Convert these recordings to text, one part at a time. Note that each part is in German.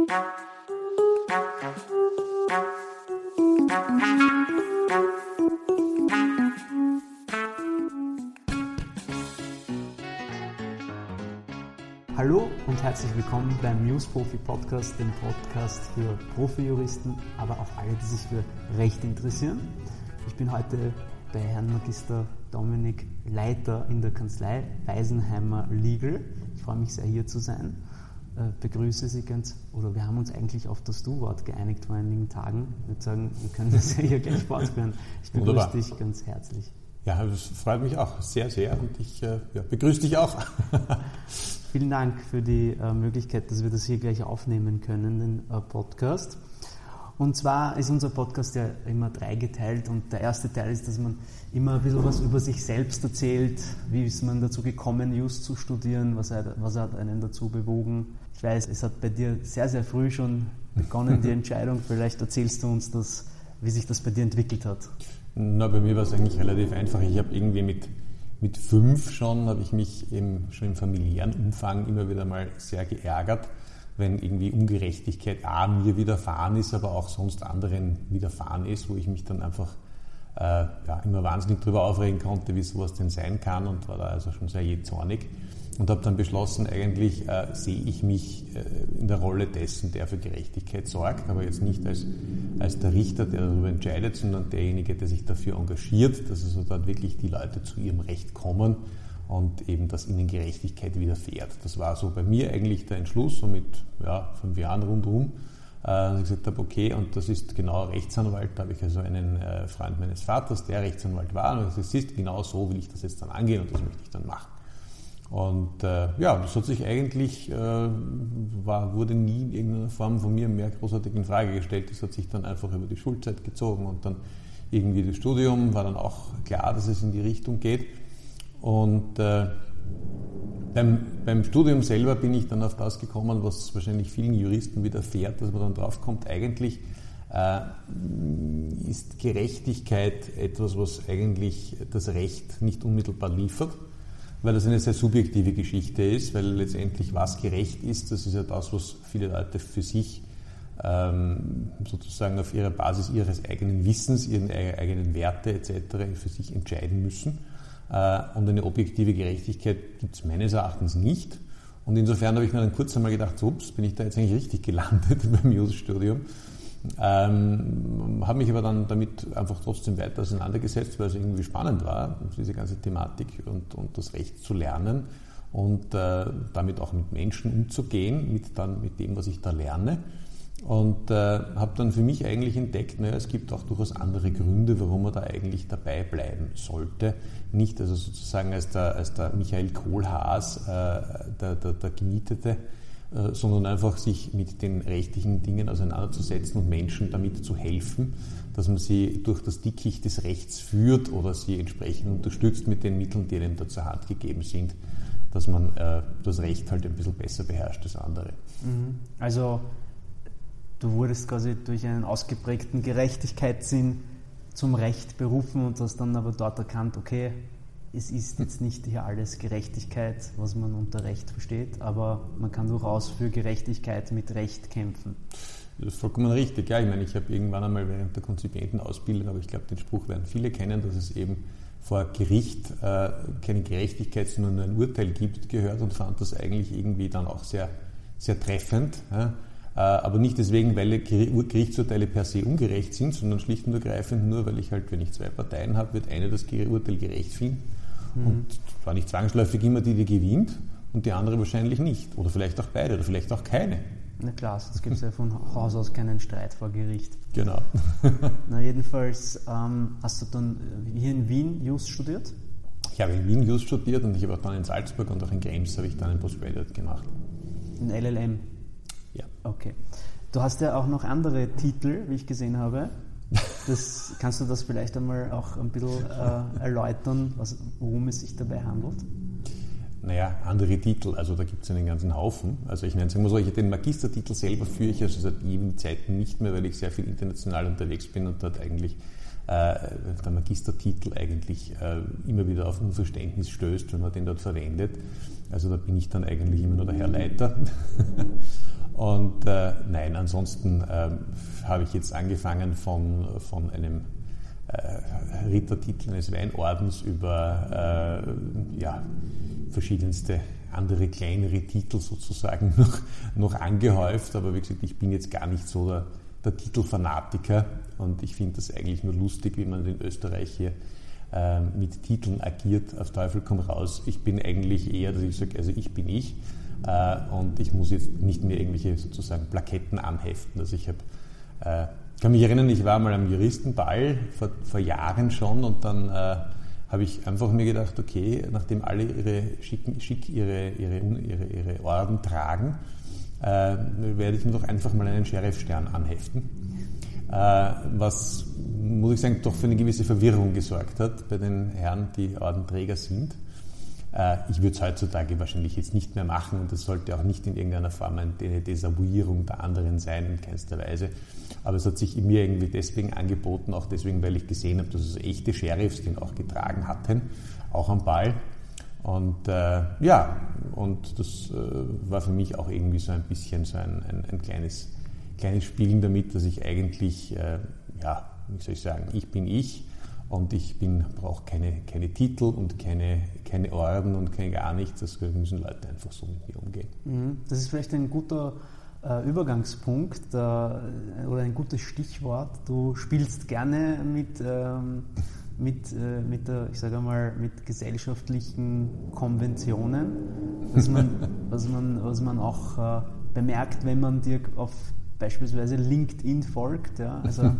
Hallo und herzlich willkommen beim Newsprofi Podcast, dem Podcast für Profi-Juristen, aber auch alle, die sich für Recht interessieren. Ich bin heute bei Herrn Magister Dominik Leiter in der Kanzlei Weisenheimer Legal. Ich freue mich sehr, hier zu sein. Begrüße Sie wir haben uns eigentlich auf das Du-Wort geeinigt vor einigen Tagen. Ich würde sagen, wir können das ja hier gleich fortführen. Ich begrüße dich ganz herzlich. Ja, das freut mich auch sehr, sehr und ich begrüße dich auch. Vielen Dank für die Möglichkeit, dass wir das hier gleich aufnehmen können, den Podcast. Und zwar ist unser Podcast ja immer dreigeteilt und der erste Teil ist, dass man immer ein bisschen was über sich selbst erzählt. Wie ist man dazu gekommen, Jus zu studieren? Was hat einen dazu bewogen? Ich weiß, es hat bei dir sehr, sehr früh schon begonnen, die Entscheidung. Vielleicht erzählst du uns wie sich das bei dir entwickelt hat. Na, bei mir war es eigentlich relativ einfach. Ich habe irgendwie mit 5 habe ich mich schon im familiären Umfang immer wieder mal sehr geärgert, wenn irgendwie Ungerechtigkeit mir widerfahren ist, aber auch sonst anderen widerfahren ist, wo ich mich dann einfach immer wahnsinnig darüber aufregen konnte, wie sowas denn sein kann und war da also schon sehr jähzornig und habe dann beschlossen, eigentlich sehe ich mich in der Rolle dessen, der für Gerechtigkeit sorgt, aber jetzt nicht als der Richter, der darüber entscheidet, sondern derjenige, der sich dafür engagiert, dass also dort wirklich die Leute zu ihrem Recht kommen und eben, dass ihnen Gerechtigkeit widerfährt. Das war so bei mir eigentlich der Entschluss, so mit 5 Jahren rundherum, dass ich gesagt habe, okay, und das ist genau Rechtsanwalt, da habe ich also einen Freund meines Vaters, der Rechtsanwalt war, und das ist genau so, will ich das jetzt dann angehen und das möchte ich dann machen. Und das hat sich eigentlich, wurde nie in irgendeiner Form von mir mehr großartig in Frage gestellt. Das hat sich dann einfach über die Schulzeit gezogen und dann irgendwie das Studium war dann auch klar, dass es in die Richtung geht. Und beim Studium selber bin ich dann auf das gekommen, was wahrscheinlich vielen Juristen widerfährt, dass man dann drauf kommt, eigentlich ist Gerechtigkeit etwas, was eigentlich das Recht nicht unmittelbar liefert, weil das eine sehr subjektive Geschichte ist, weil letztendlich was gerecht ist, das ist ja das, was viele Leute für sich sozusagen auf ihrer Basis ihres eigenen Wissens, ihren eigenen Werte etc. für sich entscheiden müssen. Und eine objektive Gerechtigkeit gibt es meines Erachtens nicht. Und insofern habe ich mir dann kurz einmal gedacht, ups, bin ich da jetzt eigentlich richtig gelandet beim Jus-Studium. Habe mich aber dann damit einfach trotzdem weiter auseinandergesetzt, weil es irgendwie spannend war, diese ganze Thematik und das Recht zu lernen und damit auch mit Menschen umzugehen, mit dem, was ich da lerne. Und habe dann für mich eigentlich entdeckt, es gibt auch durchaus andere Gründe, warum man da eigentlich dabei bleiben sollte. Nicht also sozusagen als der Michael Kohlhaas, der Gemietete, sondern einfach sich mit den rechtlichen Dingen auseinanderzusetzen und Menschen damit zu helfen, dass man sie durch das Dickicht des Rechts führt oder sie entsprechend unterstützt mit den Mitteln, die einem da zur Hand gegeben sind, dass man das Recht halt ein bisschen besser beherrscht als andere. Also du wurdest quasi durch einen ausgeprägten Gerechtigkeitssinn zum Recht berufen und hast dann aber dort erkannt, okay, es ist jetzt nicht hier alles Gerechtigkeit, was man unter Recht versteht, aber man kann durchaus für Gerechtigkeit mit Recht kämpfen. Das ist vollkommen richtig. Ja, ich meine, ich habe irgendwann einmal während der Konzipientenausbildung, aber ich glaube, den Spruch werden viele kennen, dass es eben vor Gericht keine Gerechtigkeit, sondern nur ein Urteil gibt, gehört und fand das eigentlich irgendwie dann auch sehr, sehr treffend. Ja. Aber nicht deswegen, weil Gerichtsurteile per se ungerecht sind, sondern schlicht und ergreifend nur, weil ich halt, wenn ich 2 Parteien habe, wird eine das Urteil gerecht finden. Und zwar nicht zwangsläufig immer die gewinnt und die andere wahrscheinlich nicht. Oder vielleicht auch beide oder vielleicht auch keine. Na klar, sonst gibt es ja von Haus aus keinen Streit vor Gericht. Genau. Na jedenfalls, hast du dann hier in Wien Jus studiert? Ich habe in Wien Jus studiert und ich habe auch dann in Salzburg und auch in Krems habe ich dann ein Postgraduate gemacht. In LLM? Ja. Okay. Du hast ja auch noch andere Titel, wie ich gesehen habe. Kannst du das vielleicht einmal auch ein bisschen erläutern, worum es sich dabei handelt? Naja, andere Titel, also da gibt es einen ganzen Haufen. Also ich meine, sagen wir so, den Magistertitel selber führe ich also seit ewigen Zeiten nicht mehr, weil ich sehr viel international unterwegs bin und dort eigentlich der Magistertitel eigentlich immer wieder auf Unverständnis stößt, wenn man den dort verwendet. Also da bin ich dann eigentlich immer nur der Herr Leiter. Und nein, ansonsten habe ich jetzt angefangen von einem Rittertitel eines Weinordens über verschiedenste andere kleinere Titel sozusagen noch angehäuft, aber wie gesagt, ich bin jetzt gar nicht so der Titelfanatiker und ich finde das eigentlich nur lustig, wie man in Österreich hier mit Titeln agiert, auf Teufel komm raus. Ich bin eigentlich eher, dass ich sage, also ich bin ich und ich muss jetzt nicht mehr irgendwelche sozusagen Plaketten anheften. Also ich kann mich erinnern, ich war mal am Juristenball vor Jahren schon und dann habe ich einfach mir gedacht, okay, nachdem alle ihre Orden tragen, werde ich mir doch einfach mal einen Sheriffstern anheften. Was, muss ich sagen, doch für eine gewisse Verwirrung gesorgt hat bei den Herren, die Ordenträger sind. Ich würde es heutzutage wahrscheinlich jetzt nicht mehr machen und das sollte auch nicht in irgendeiner Form eine Desavouierung der anderen sein, in keinster Weise. Aber es hat sich in mir irgendwie deswegen angeboten, auch deswegen, weil ich gesehen habe, dass es echte Sheriffs den auch getragen hatten, auch am Ball. Und und das war für mich auch irgendwie so ein bisschen so ein kleines Spielen damit, dass ich eigentlich, wie soll ich sagen, ich bin ich und ich brauche keine Titel und keine Orden und kein gar nichts. Das müssen Leute einfach so mit mir umgehen. Das ist vielleicht ein guter Übergangspunkt oder ein gutes Stichwort. Du spielst gerne mit gesellschaftlichen Konventionen, was man auch bemerkt, wenn man dir auf beispielsweise LinkedIn folgt. Ja? Also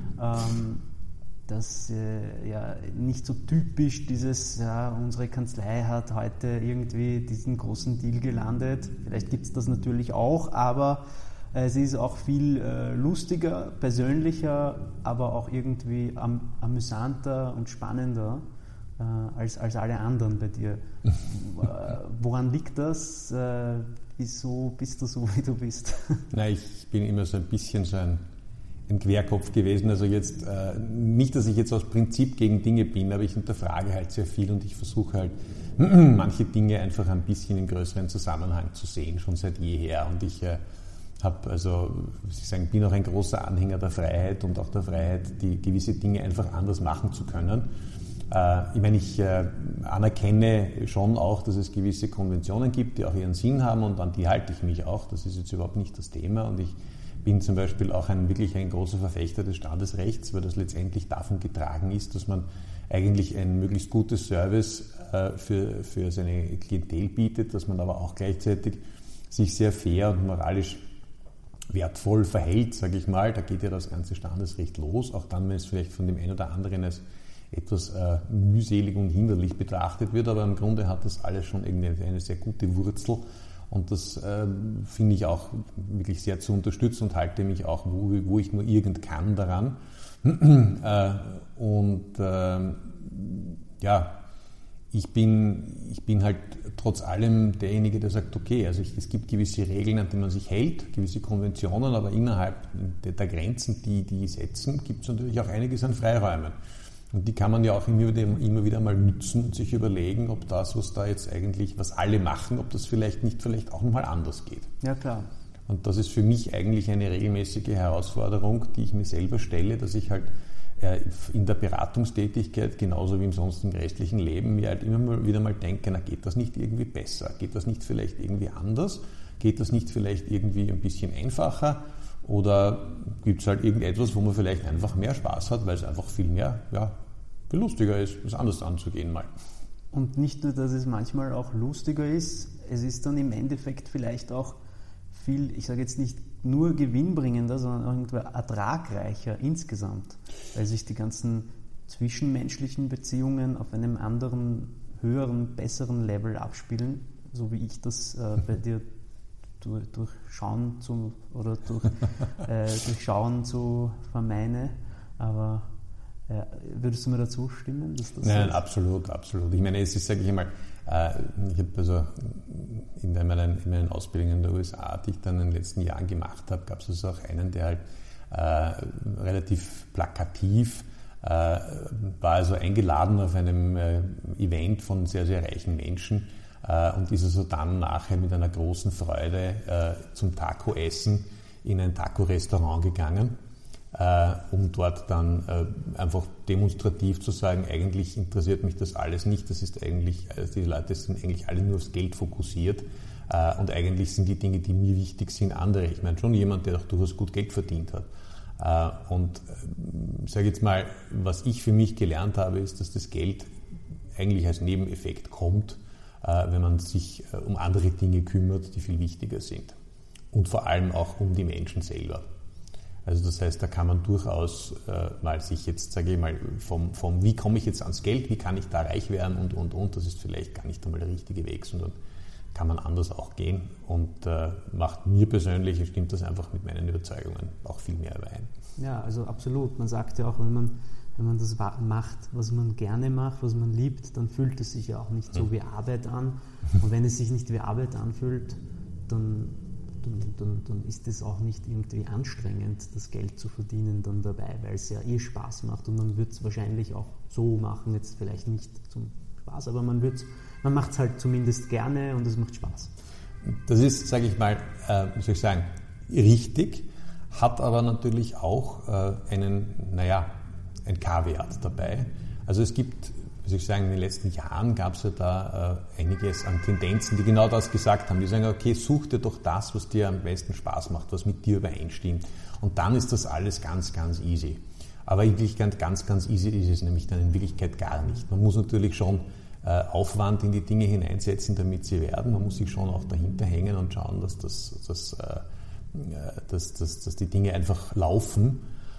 das nicht so typisch dieses, unsere Kanzlei hat heute irgendwie diesen großen Deal gelandet. Vielleicht gibt es das natürlich auch, aber es ist auch viel lustiger, persönlicher, aber auch irgendwie amüsanter und spannender als alle anderen bei dir. Woran liegt das? Wieso bist du so, wie du bist? Nein, ich bin immer so ein bisschen so ein Querkopf gewesen. Also jetzt nicht, dass ich jetzt aus Prinzip gegen Dinge bin, aber ich hinterfrage halt sehr viel und ich versuche halt manche Dinge einfach ein bisschen im größeren Zusammenhang zu sehen, schon seit jeher. Und ich bin auch ein großer Anhänger der Freiheit und auch der Freiheit, die gewisse Dinge einfach anders machen zu können. Ich anerkenne schon auch, dass es gewisse Konventionen gibt, die auch ihren Sinn haben und an die halte ich mich auch. Das ist jetzt überhaupt nicht das Thema und ich bin zum Beispiel auch wirklich ein großer Verfechter des Standesrechts, weil das letztendlich davon getragen ist, dass man eigentlich ein möglichst gutes Service für seine Klientel bietet, dass man aber auch gleichzeitig sich sehr fair und moralisch wertvoll verhält, sage ich mal. Da geht ja das ganze Standesrecht los, auch dann, wenn es vielleicht von dem einen oder anderen als etwas mühselig und hinderlich betrachtet wird, aber im Grunde hat das alles schon irgendwie eine sehr gute Wurzel und das finde ich auch wirklich sehr zu unterstützen und halte mich auch, wo ich nur irgend kann, daran. Ich bin halt trotz allem derjenige, der sagt, okay, also es gibt gewisse Regeln, an die man sich hält, gewisse Konventionen, aber innerhalb der Grenzen, die setzen, gibt es natürlich auch einiges an Freiräumen. Und die kann man ja auch immer wieder mal nützen und sich überlegen, ob das, was da jetzt eigentlich, was alle machen, ob das vielleicht auch nochmal anders geht. Ja, klar. Und das ist für mich eigentlich eine regelmäßige Herausforderung, die ich mir selber stelle, dass ich halt in der Beratungstätigkeit, genauso wie im sonstigen restlichen Leben, mir halt immer wieder mal denke, na, geht das nicht irgendwie besser? Geht das nicht vielleicht irgendwie anders? Geht das nicht vielleicht irgendwie ein bisschen einfacher? Oder gibt es halt irgendetwas, wo man vielleicht einfach mehr Spaß hat, weil es einfach viel lustiger ist, das anders anzugehen mal. Und nicht nur, dass es manchmal auch lustiger ist, es ist dann im Endeffekt vielleicht auch viel, ich sage jetzt nicht nur gewinnbringender, sondern auch irgendwie ertragreicher insgesamt, weil sich die ganzen zwischenmenschlichen Beziehungen auf einem anderen, höheren, besseren Level abspielen, so wie ich das bei dir durchschauen zu vermeine. Aber würdest du mir dazu stimmen? Nein, absolut. Ich meine, es ist, sage ich einmal, ich habe also in meinen Ausbildungen in der USA, die ich dann in den letzten Jahren gemacht habe, gab es also auch einen, der halt relativ plakativ war also eingeladen auf einem Event von sehr, sehr reichen Menschen und ist also dann nachher mit einer großen Freude zum Taco-Essen in ein Taco-Restaurant gegangen, um dort dann einfach demonstrativ zu sagen, eigentlich interessiert mich das alles nicht, das ist eigentlich, also die Leute sind eigentlich alle nur aufs Geld fokussiert und eigentlich sind die Dinge, die mir wichtig sind, andere. Ich meine schon jemand, der doch durchaus gut Geld verdient hat. Und sage jetzt mal, was ich für mich gelernt habe, ist, dass das Geld eigentlich als Nebeneffekt kommt, wenn man sich um andere Dinge kümmert, die viel wichtiger sind. Und vor allem auch um die Menschen selber. Also das heißt, da kann man durchaus mal sich jetzt, sage ich mal, vom wie komme ich jetzt ans Geld, wie kann ich da reich werden und, das ist vielleicht gar nicht einmal der richtige Weg, sondern kann man anders auch gehen und macht mir persönlich, stimmt das einfach mit meinen Überzeugungen, auch viel mehr überein. Ja, also absolut. Man sagt ja auch, wenn man das macht, was man gerne macht, was man liebt, dann fühlt es sich ja auch nicht so wie Arbeit an. Und wenn es sich nicht wie Arbeit anfühlt, dann ist es auch nicht irgendwie anstrengend, das Geld zu verdienen dann dabei, weil es ja Spaß macht und man wird es wahrscheinlich auch so machen, jetzt vielleicht nicht zum Spaß, aber man macht es halt zumindest gerne und es macht Spaß. Das ist, sage ich mal, wie soll ich sagen, richtig, hat aber natürlich auch ein K-Wert dabei. Also es gibt, wie soll ich sagen, in den letzten Jahren gab es ja da einiges an Tendenzen, die genau das gesagt haben. Die sagen, okay, such dir doch das, was dir am meisten Spaß macht, was mit dir übereinstimmt. Und dann ist das alles ganz, ganz easy. Aber wirklich ganz, ganz easy ist es nämlich dann in Wirklichkeit gar nicht. Man muss natürlich schon Aufwand in die Dinge hineinsetzen, damit sie werden. Man muss sich schon auch dahinter hängen und schauen, dass die Dinge einfach laufen.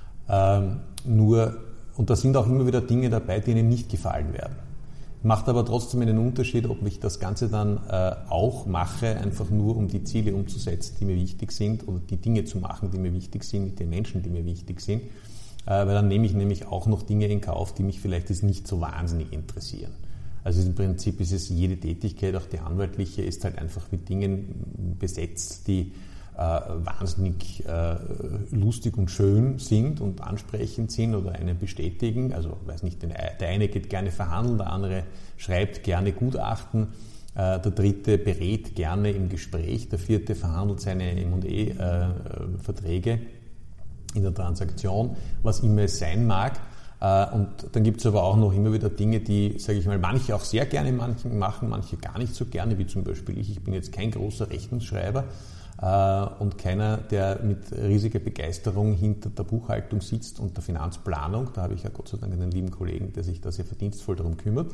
Und da sind auch immer wieder Dinge dabei, die einem nicht gefallen werden. Macht aber trotzdem einen Unterschied, ob ich das Ganze dann auch mache, einfach nur um die Ziele umzusetzen, die mir wichtig sind, oder die Dinge zu machen, die mir wichtig sind, mit den Menschen, die mir wichtig sind. Weil dann nehme ich nämlich auch noch Dinge in Kauf, die mich vielleicht jetzt nicht so wahnsinnig interessieren. Also im Prinzip ist es jede Tätigkeit, auch die anwaltliche, ist halt einfach mit Dingen besetzt, die wahnsinnig lustig und schön sind und ansprechend sind oder einen bestätigen. Also, weiß nicht, der eine geht gerne verhandeln, der andere schreibt gerne Gutachten, der dritte berät gerne im Gespräch, der vierte verhandelt seine M&E-Verträge in der Transaktion, was immer es sein mag. Und dann gibt es aber auch noch immer wieder Dinge, die, sage ich mal, manche auch sehr gerne machen, manche gar nicht so gerne, wie zum Beispiel ich. Ich bin jetzt kein großer Rechnungsschreiber und keiner, der mit riesiger Begeisterung hinter der Buchhaltung sitzt und der Finanzplanung. Da habe ich ja Gott sei Dank einen lieben Kollegen, der sich da sehr verdienstvoll darum kümmert.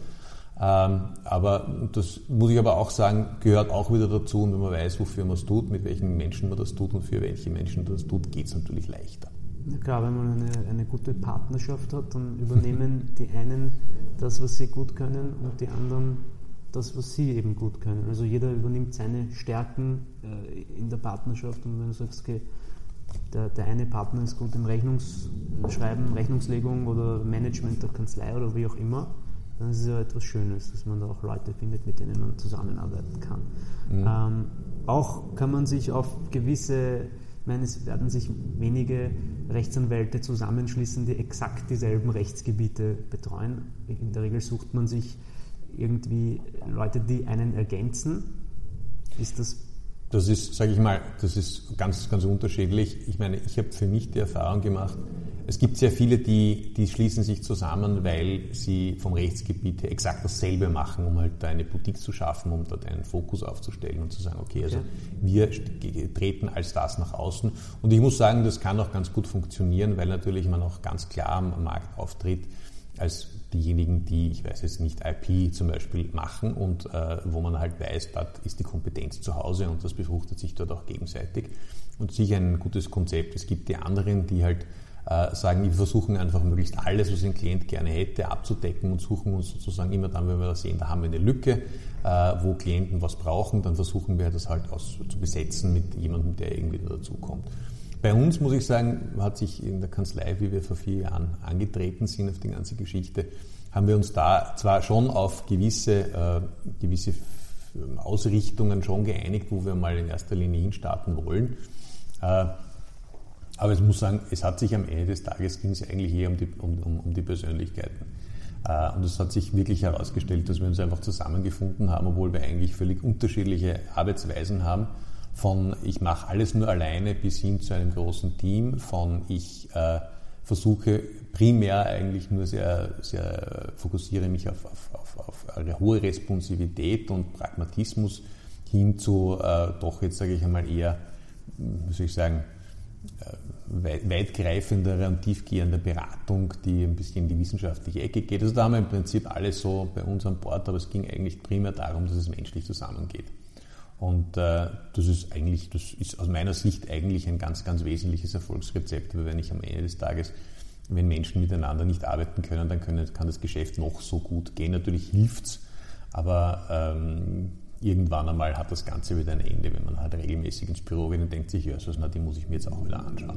Aber das muss ich aber auch sagen, gehört auch wieder dazu. Und wenn man weiß, wofür man es tut, mit welchen Menschen man das tut und für welche Menschen das tut, geht es natürlich leichter. Ja klar, wenn man eine gute Partnerschaft hat, dann übernehmen die einen das, was sie gut können, und die anderen das, was sie eben gut können. Also jeder übernimmt seine Stärken in der Partnerschaft, und wenn du sagst, okay, der eine Partner ist gut im Rechnungsschreiben, Rechnungslegung oder Management der Kanzlei oder wie auch immer, dann ist es ja etwas Schönes, dass man da auch Leute findet, mit denen man zusammenarbeiten kann. Mhm. Auch kann man sich auf gewisse, ich meine, es werden sich wenige Rechtsanwälte zusammenschließen, die exakt dieselben Rechtsgebiete betreuen. In der Regel sucht man sich irgendwie Leute, die einen ergänzen. Ist das? Das ist, sage ich mal, das ist ganz, ganz unterschiedlich. Ich meine, ich habe für mich die Erfahrung gemacht, es gibt sehr viele, die schließen sich zusammen, weil sie vom Rechtsgebiet her exakt dasselbe machen, um halt da eine Boutique zu schaffen, um dort einen Fokus aufzustellen und zu sagen, okay, also wir treten als das nach außen. Und ich muss sagen, das kann auch ganz gut funktionieren, weil natürlich man auch ganz klar am Markt auftritt als diejenigen, die, ich weiß jetzt nicht, IP zum Beispiel machen und wo man halt weiß, dort ist die Kompetenz zu Hause und das befruchtet sich dort auch gegenseitig. Und sicher ein gutes Konzept. Es gibt die anderen, die halt sagen, wir versuchen einfach möglichst alles, was ein Klient gerne hätte, abzudecken und suchen uns sozusagen immer dann, wenn wir das sehen, da haben wir eine Lücke, wo Klienten was brauchen, dann versuchen wir das halt zu besetzen mit jemandem, der irgendwie dazukommt. Bei uns, muss ich sagen, hat sich in der Kanzlei, wie wir vor 4 Jahren angetreten sind auf die ganze Geschichte, haben wir uns da zwar schon auf gewisse Ausrichtungen schon geeinigt, wo wir mal in erster Linie hinstarten wollen. Aber ich muss sagen, es hat sich am Ende des Tages ging es eigentlich eher um die Persönlichkeiten. Und es hat sich wirklich herausgestellt, dass wir uns einfach zusammengefunden haben, obwohl wir eigentlich völlig unterschiedliche Arbeitsweisen haben. Von ich mache alles nur alleine bis hin zu einem großen Team, von ich versuche primär eigentlich nur fokussiere mich auf eine hohe Responsivität und Pragmatismus hin zu doch jetzt sage ich einmal eher, wie soll ich sagen, weitgreifendere und tiefgehende Beratung, die ein bisschen in die wissenschaftliche Ecke geht. Also da haben wir im Prinzip alles so bei uns an Bord, aber es ging eigentlich primär darum, dass es menschlich zusammengeht. Und das ist aus meiner Sicht eigentlich ein ganz, ganz wesentliches Erfolgsrezept, weil wenn ich am Ende des Tages, wenn Menschen miteinander nicht arbeiten können, dann kann das Geschäft noch so gut gehen. Natürlich hilft's, aber irgendwann einmal hat das Ganze wieder ein Ende, wenn man halt regelmäßig ins Büro geht und denkt sich, ja, die muss ich mir jetzt auch wieder anschauen.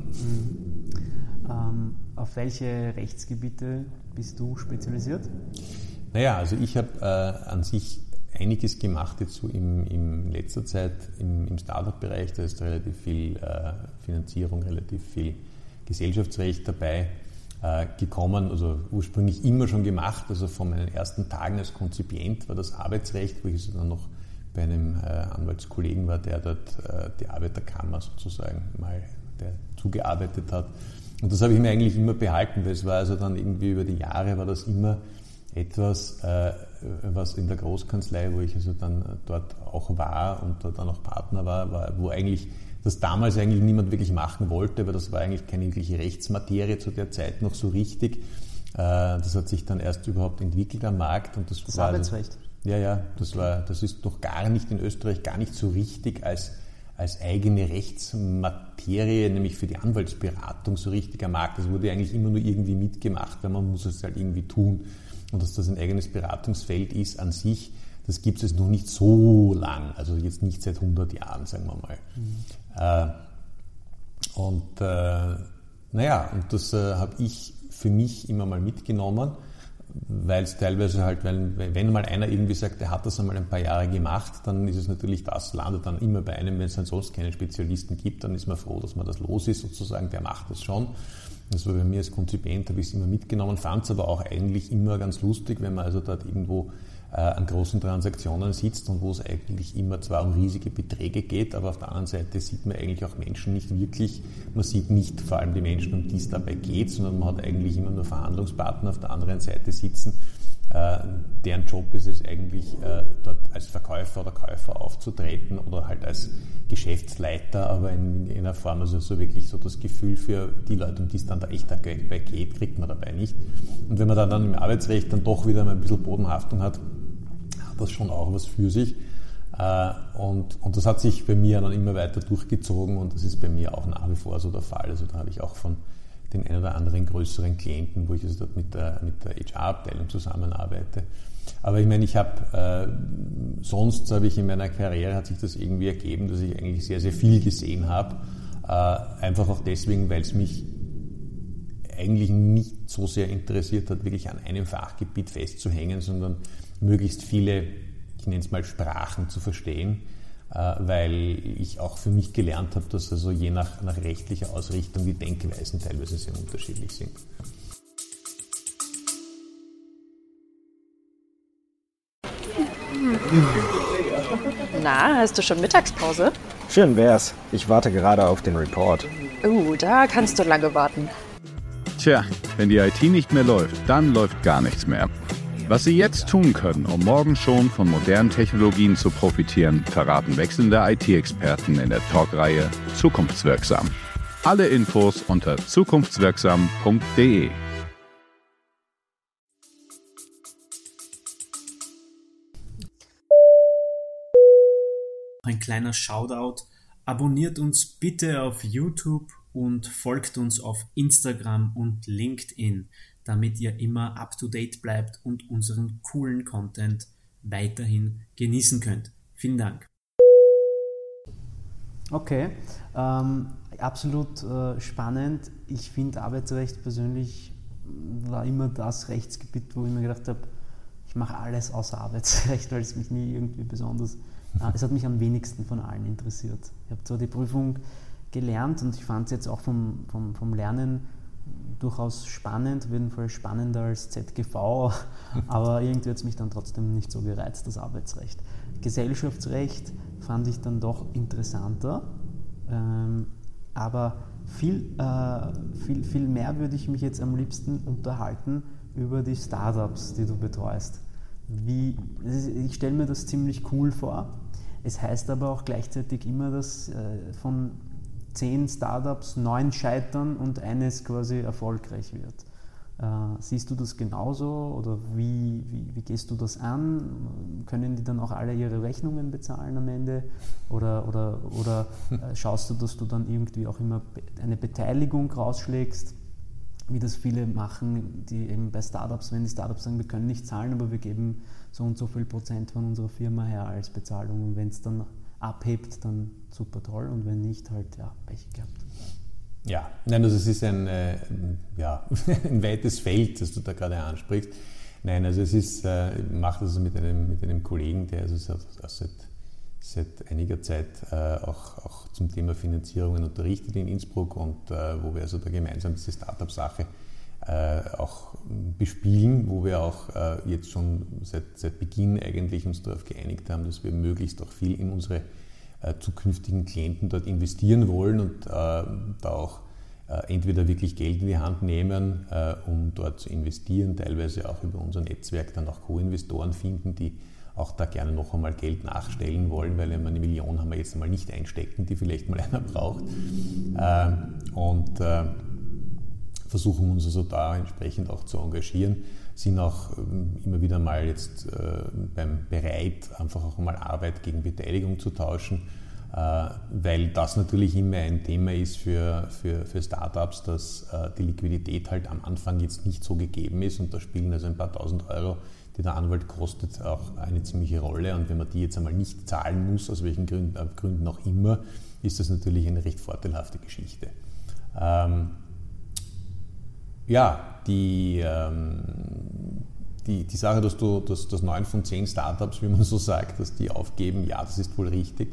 Auf welche Rechtsgebiete bist du spezialisiert? Naja, also ich habe an sich einiges gemacht jetzt so in letzter Zeit im Startup-Bereich. Da ist relativ viel Finanzierung, relativ viel Gesellschaftsrecht dabei gekommen, also ursprünglich immer schon gemacht, also von meinen ersten Tagen als Konzipient war das Arbeitsrecht, wo ich dann noch bei einem Anwaltskollegen war, der dort die Arbeiterkammer sozusagen mal zugearbeitet hat. Und das habe ich mir eigentlich immer behalten, weil es war also dann irgendwie über die Jahre war das immer etwas, was in der Großkanzlei, wo ich also dann dort auch war und dort dann auch Partner war, wo eigentlich das damals eigentlich niemand wirklich machen wollte, weil das war eigentlich keine wirkliche Rechtsmaterie zu der Zeit noch so richtig. Das hat sich dann erst überhaupt entwickelt am Markt. Und das war Arbeitsrecht? Also, das ist noch gar nicht in Österreich gar nicht so richtig als eigene Rechtsmaterie, nämlich für die Anwaltsberatung so richtig am Markt. Das wurde eigentlich immer nur irgendwie mitgemacht, weil man muss es halt irgendwie tun. Und dass das ein eigenes Beratungsfeld ist an sich, das gibt es noch nicht so lang, also jetzt nicht seit 100 Jahren, sagen wir mal. Und das habe ich für mich immer mal mitgenommen, weil es teilweise halt, wenn mal einer irgendwie sagt, er hat das einmal ein paar Jahre gemacht, dann ist es natürlich, das landet dann immer bei einem, wenn es dann sonst keinen Spezialisten gibt, dann ist man froh, dass man das los ist sozusagen, der macht das schon. Das war bei mir als Konzipient, habe ich es immer mitgenommen, fand es aber auch eigentlich immer ganz lustig, wenn man also dort irgendwo an großen Transaktionen sitzt und wo es eigentlich immer zwar um riesige Beträge geht, aber auf der anderen Seite sieht man eigentlich auch Menschen nicht wirklich, man sieht nicht vor allem die Menschen, um die es dabei geht, sondern man hat eigentlich immer nur Verhandlungspartner auf der anderen Seite sitzen, deren Job ist es eigentlich, dort als Verkäufer oder Käufer aufzutreten oder halt als Geschäftsleiter, aber in einer Form, also so wirklich so das Gefühl für die Leute, um die es dann da echt dabei geht, kriegt man dabei nicht. Und wenn man dann im Arbeitsrecht dann doch wieder mal ein bisschen Bodenhaftung hat das schon auch was für sich. Und das hat sich bei mir dann immer weiter durchgezogen und das ist bei mir auch nach wie vor so der Fall. Also da habe ich auch von den ein oder anderen größeren Klienten, wo ich also dort mit der HR-Abteilung zusammenarbeite. Aber ich meine, sonst habe ich in meiner Karriere, hat sich das irgendwie ergeben, dass ich eigentlich sehr, sehr viel gesehen habe. Einfach auch deswegen, weil es mich eigentlich nicht so sehr interessiert hat, wirklich an einem Fachgebiet festzuhängen, sondern möglichst viele, ich nenne es mal Sprachen zu verstehen, weil ich auch für mich gelernt habe, dass also je nach rechtlicher Ausrichtung die Denkweisen teilweise sehr unterschiedlich sind. Na, hast du schon Mittagspause? Schön wär's. Ich warte gerade auf den Report. Da kannst du lange warten. Tja, wenn die IT nicht mehr läuft, dann läuft gar nichts mehr. Was Sie jetzt tun können, um morgen schon von modernen Technologien zu profitieren, verraten wechselnde IT-Experten in der Talkreihe Zukunftswirksam. Alle Infos unter zukunftswirksam.de. Ein kleiner Shoutout. Abonniert uns bitte auf YouTube und folgt uns auf Instagram und LinkedIn, damit ihr immer up-to-date bleibt und unseren coolen Content weiterhin genießen könnt. Vielen Dank. Okay, absolut spannend. Ich finde Arbeitsrecht persönlich war immer das Rechtsgebiet, wo ich mir gedacht habe, ich mache alles außer Arbeitsrecht, weil es mich nie irgendwie besonders, es hat mich am wenigsten von allen interessiert. Ich habe zwar die Prüfung gelernt und ich fand es jetzt auch vom Lernen durchaus spannend, auf jeden Fall spannender als ZGV, aber irgendwie hat es mich dann trotzdem nicht so gereizt, das Arbeitsrecht. Gesellschaftsrecht fand ich dann doch interessanter, aber viel mehr würde ich mich jetzt am liebsten unterhalten über die Startups, die du betreust. Ich stelle mir das ziemlich cool vor. Es heißt aber auch gleichzeitig immer, dass von 10 Startups 9 scheitern und eines quasi erfolgreich wird. Siehst du das genauso oder wie gehst du das an? Können die dann auch alle ihre Rechnungen bezahlen am Ende? Oder schaust du, dass du dann irgendwie auch immer eine Beteiligung rausschlägst, wie das viele machen, die eben bei Startups, wenn die Startups sagen, wir können nicht zahlen, aber wir geben so und so viel Prozent von unserer Firma her als Bezahlung und wenn es dann abhebt, dann super toll und wenn nicht, halt Pech gehabt. Ja, nein, also es ist ein weites Feld, das du da gerade ansprichst. Nein, also es ist, ich mache das mit einem Kollegen, der also seit einiger Zeit auch zum Thema Finanzierungen unterrichtet in Innsbruck und wo wir also da gemeinsam diese Startup-Sache auch bespielen, wo wir auch jetzt schon seit Beginn eigentlich uns darauf geeinigt haben, dass wir möglichst auch viel in unsere zukünftigen Klienten dort investieren wollen und da auch entweder wirklich Geld in die Hand nehmen, um dort zu investieren, teilweise auch über unser Netzwerk dann auch Co-Investoren finden, die auch da gerne noch einmal Geld nachstellen wollen, weil 1 Million haben wir jetzt einmal nicht einstecken, die vielleicht mal einer braucht. Und versuchen uns also da entsprechend auch zu engagieren, sind auch immer wieder mal jetzt bereit, einfach auch mal Arbeit gegen Beteiligung zu tauschen, weil das natürlich immer ein Thema ist für Startups, dass die Liquidität halt am Anfang jetzt nicht so gegeben ist und da spielen also ein paar tausend Euro, die der Anwalt kostet, auch eine ziemliche Rolle und wenn man die jetzt einmal nicht zahlen muss, aus welchen Gründen auch immer, ist das natürlich eine recht vorteilhafte Geschichte. Die Sache, dass 9 von 10 Startups, wie man so sagt, dass die aufgeben, ja, das ist wohl richtig.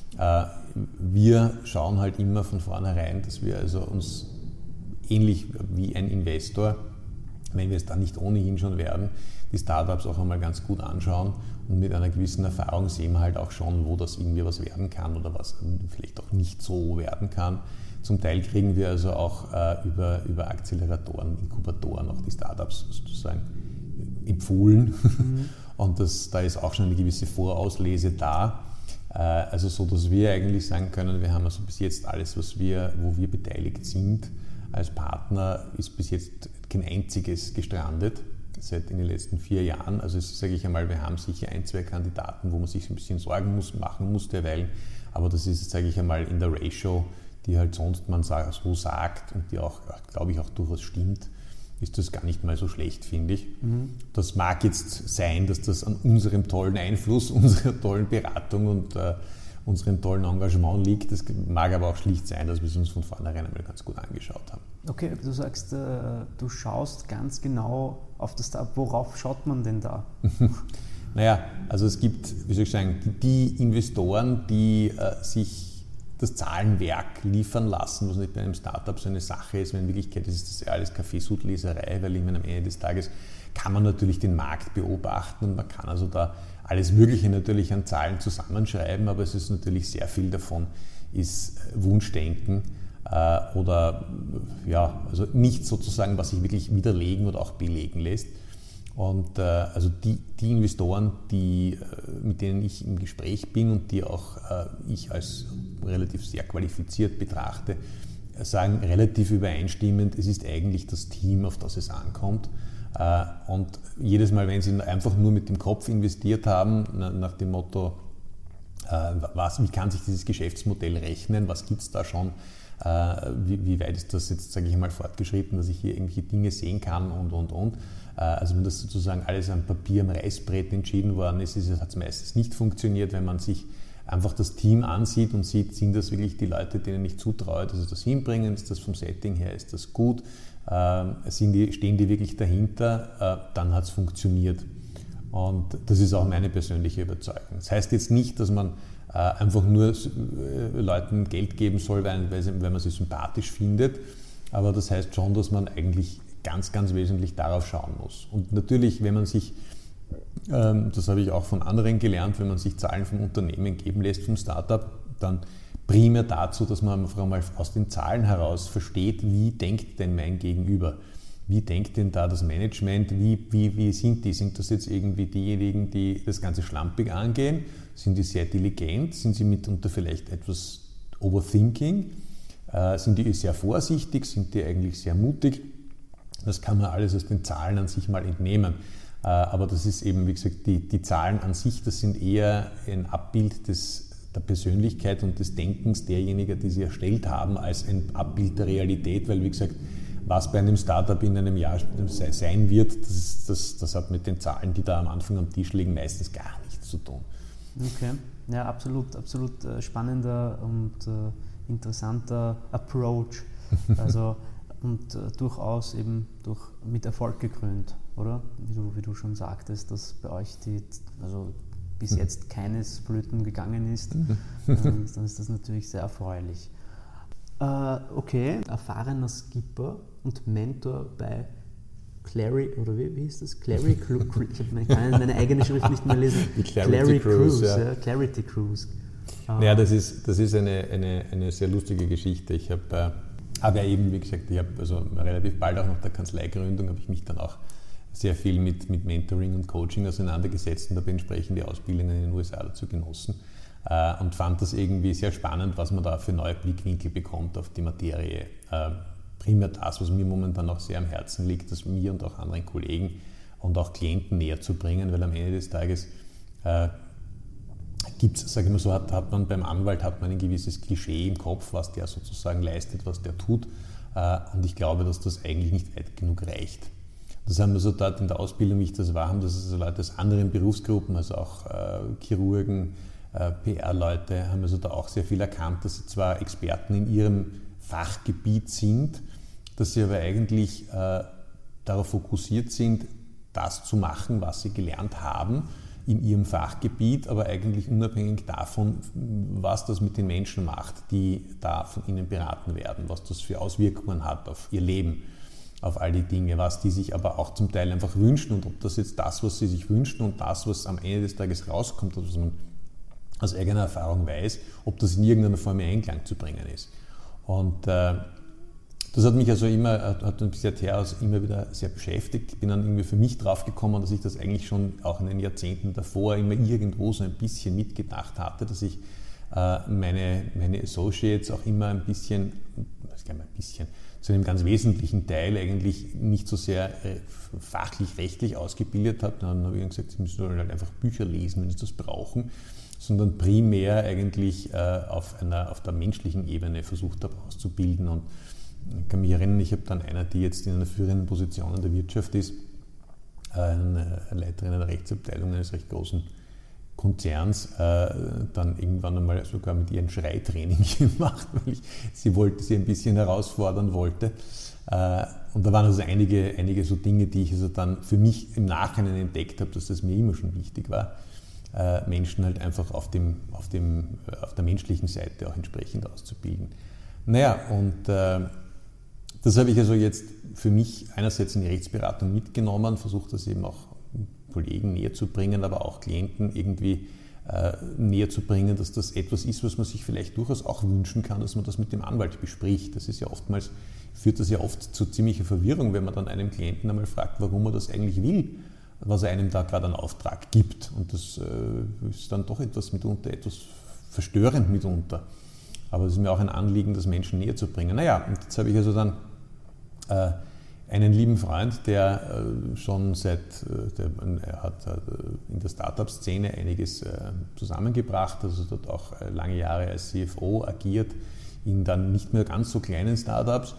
Wir schauen halt immer von vornherein, dass wir also uns ähnlich wie ein Investor, wenn wir es dann nicht ohnehin schon werden, die Startups auch einmal ganz gut anschauen und mit einer gewissen Erfahrung sehen wir halt auch schon, wo das irgendwie was werden kann oder was vielleicht auch nicht so werden kann. Zum Teil kriegen wir also auch über Acceleratoren, Inkubatoren auch die Startups sozusagen empfohlen. Und da ist auch schon eine gewisse Vorauslese da. Also so, dass wir eigentlich sagen können, wir haben also bis jetzt alles, wo wir beteiligt sind als Partner, ist bis jetzt kein einziges gestrandet, seit in den letzten 4 Jahren. Also sage ich einmal, wir haben sicher 1, 2 Kandidaten, wo man sich ein bisschen Sorgen machen muss derweil. Aber das ist, sage ich einmal, in der Ratio, die halt sonst man so sagt und die auch, glaube ich, auch durchaus stimmt, ist das gar nicht mal so schlecht, finde ich. Das mag jetzt sein, dass das an unserem tollen Einfluss, unserer tollen Beratung und unserem tollen Engagement liegt. Das mag aber auch schlicht sein, dass wir es uns von vornherein einmal ganz gut angeschaut haben. Okay, du sagst, du schaust ganz genau auf das Startup. Worauf schaut man denn da? Naja, also es gibt, wie soll ich sagen, die Investoren, die sich das Zahlenwerk liefern lassen, was nicht bei einem Startup so eine Sache ist, weil in Wirklichkeit ist das ja alles Kaffeesudleserei, weil ich meine, am Ende des Tages kann man natürlich den Markt beobachten und man kann also da alles Mögliche natürlich an Zahlen zusammenschreiben, aber es ist natürlich sehr viel davon ist Wunschdenken oder also nicht sozusagen, was sich wirklich widerlegen oder auch belegen lässt. Und also die Investoren, mit denen ich im Gespräch bin und die auch ich als relativ sehr qualifiziert betrachte, sagen relativ übereinstimmend, es ist eigentlich das Team, auf das es ankommt. Und jedes Mal, wenn sie einfach nur mit dem Kopf investiert haben, nach dem Motto, wie kann sich dieses Geschäftsmodell rechnen, was gibt es da schon, wie weit ist das jetzt, sage ich mal, fortgeschritten, dass ich hier irgendwelche Dinge sehen kann und. Also wenn das sozusagen alles am Papier, am Reißbrett entschieden worden ist, hat es meistens nicht funktioniert, wenn man sich einfach das Team ansieht und sieht, sind das wirklich die Leute, denen ich zutraue, dass sie das hinbringen, ist das vom Setting her, ist das gut, stehen die wirklich dahinter, dann hat es funktioniert. Und das ist auch meine persönliche Überzeugung. Das heißt jetzt nicht, dass man einfach nur Leuten Geld geben soll, weil man sie sympathisch findet, aber das heißt schon, dass man eigentlich ganz, ganz wesentlich darauf schauen muss. Und natürlich, wenn man sich, das habe ich auch von anderen gelernt, wenn man sich Zahlen vom Unternehmen geben lässt, vom Startup, dann primär dazu, dass man einfach einmal aus den Zahlen heraus versteht, wie denkt denn mein Gegenüber? Wie denkt denn da das Management? Wie sind die? Sind das jetzt irgendwie diejenigen, die das Ganze schlampig angehen? Sind die sehr diligent? Sind sie mitunter vielleicht etwas overthinking? Sind die sehr vorsichtig? Sind die eigentlich sehr mutig? Das kann man alles aus den Zahlen an sich mal entnehmen. Aber das ist eben, wie gesagt, die Zahlen an sich, das sind eher ein Abbild der Persönlichkeit und des Denkens derjenigen, die sie erstellt haben, als ein Abbild der Realität, weil, wie gesagt, was bei einem Startup in einem Jahr sein wird, das hat mit den Zahlen, die da am Anfang am Tisch liegen, meistens gar nichts zu tun. Okay, ja, absolut spannender und interessanter Approach. Also und durchaus eben mit Erfolg gekrönt, oder? Wie du schon sagtest, dass bei euch bis jetzt keines flöten gegangen ist, dann ist das natürlich sehr erfreulich. Okay, erfahrener Skipper und Mentor bei Clary, oder wie hieß das? Clary Cruise. Ich kann meine eigene Schrift nicht mehr lesen. Die Clarity Cruise, ja. Clarity Cruise. Ja, das ist eine sehr lustige Geschichte. Ich habe ja eben, wie gesagt, also relativ bald auch nach der Kanzleigründung habe ich mich dann auch sehr viel mit Mentoring und Coaching auseinandergesetzt und habe entsprechende Ausbildungen in den USA dazu genossen. Und fand das irgendwie sehr spannend, was man da für neue Blickwinkel bekommt auf die Materie. Primär das, was mir momentan auch sehr am Herzen liegt, das mir und auch anderen Kollegen und auch Klienten näher zu bringen, weil am Ende des Tages gibt es, sage ich mal so, hat man beim Anwalt ein gewisses Klischee im Kopf, was der sozusagen leistet, was der tut. Und ich glaube, dass das eigentlich nicht weit genug reicht. Das haben wir so dort in der Ausbildung, wie ich das war, haben das also Leute aus anderen Berufsgruppen, also auch Chirurgen, PR-Leute, haben also da auch sehr viel erkannt, dass sie zwar Experten in ihrem Fachgebiet sind, dass sie aber eigentlich darauf fokussiert sind, das zu machen, was sie gelernt haben in ihrem Fachgebiet, aber eigentlich unabhängig davon, was das mit den Menschen macht, die da von ihnen beraten werden, was das für Auswirkungen hat auf ihr Leben, auf all die Dinge, was die sich aber auch zum Teil einfach wünschen und ob das jetzt das, was sie sich wünschen und das, was am Ende des Tages rauskommt, was man aus eigener Erfahrung weiß, ob das in irgendeiner Form in Einklang zu bringen ist. Und das hat mich also bis seither immer wieder sehr beschäftigt. Ich bin dann irgendwie für mich drauf gekommen, dass ich das eigentlich schon auch in den Jahrzehnten davor immer irgendwo so ein bisschen mitgedacht hatte, dass ich meine Associates auch immer ein bisschen, zu einem ganz wesentlichen Teil eigentlich nicht so sehr fachlich-rechtlich ausgebildet habe. Dann habe ich gesagt, sie müssen halt einfach Bücher lesen, wenn sie das brauchen, sondern primär eigentlich auf der menschlichen Ebene versucht habe auszubilden. Und ich kann mich erinnern, ich habe dann einer, die jetzt in einer führenden Position in der Wirtschaft ist, eine Leiterin einer Rechtsabteilung eines recht großen Konzerns, dann irgendwann einmal sogar mit ihr ein Schreitraining gemacht, weil ich sie ein bisschen herausfordern wollte. Und da waren also einige so Dinge, die ich also dann für mich im Nachhinein entdeckt habe, dass das mir immer schon wichtig war, Menschen halt einfach auf der menschlichen Seite auch entsprechend auszubilden. Naja, und das habe ich also jetzt für mich einerseits in die Rechtsberatung mitgenommen, versucht das eben auch Kollegen näher zu bringen, aber auch Klienten irgendwie näher zu bringen, dass das etwas ist, was man sich vielleicht durchaus auch wünschen kann, dass man das mit dem Anwalt bespricht. Das ist ja oftmals, führt das ja oft zu ziemlicher Verwirrung, wenn man dann einem Klienten einmal fragt, warum er das eigentlich will, was er einem da gerade einen Auftrag gibt. Und das ist dann doch etwas verstörend mitunter. Aber es ist mir auch ein Anliegen, das Menschen näher zu bringen. Naja, und jetzt habe ich also dann einen lieben Freund, der schon er hat in der Startup-Szene einiges zusammengebracht, also dort auch lange Jahre als CFO agiert, in dann nicht mehr ganz so kleinen Startups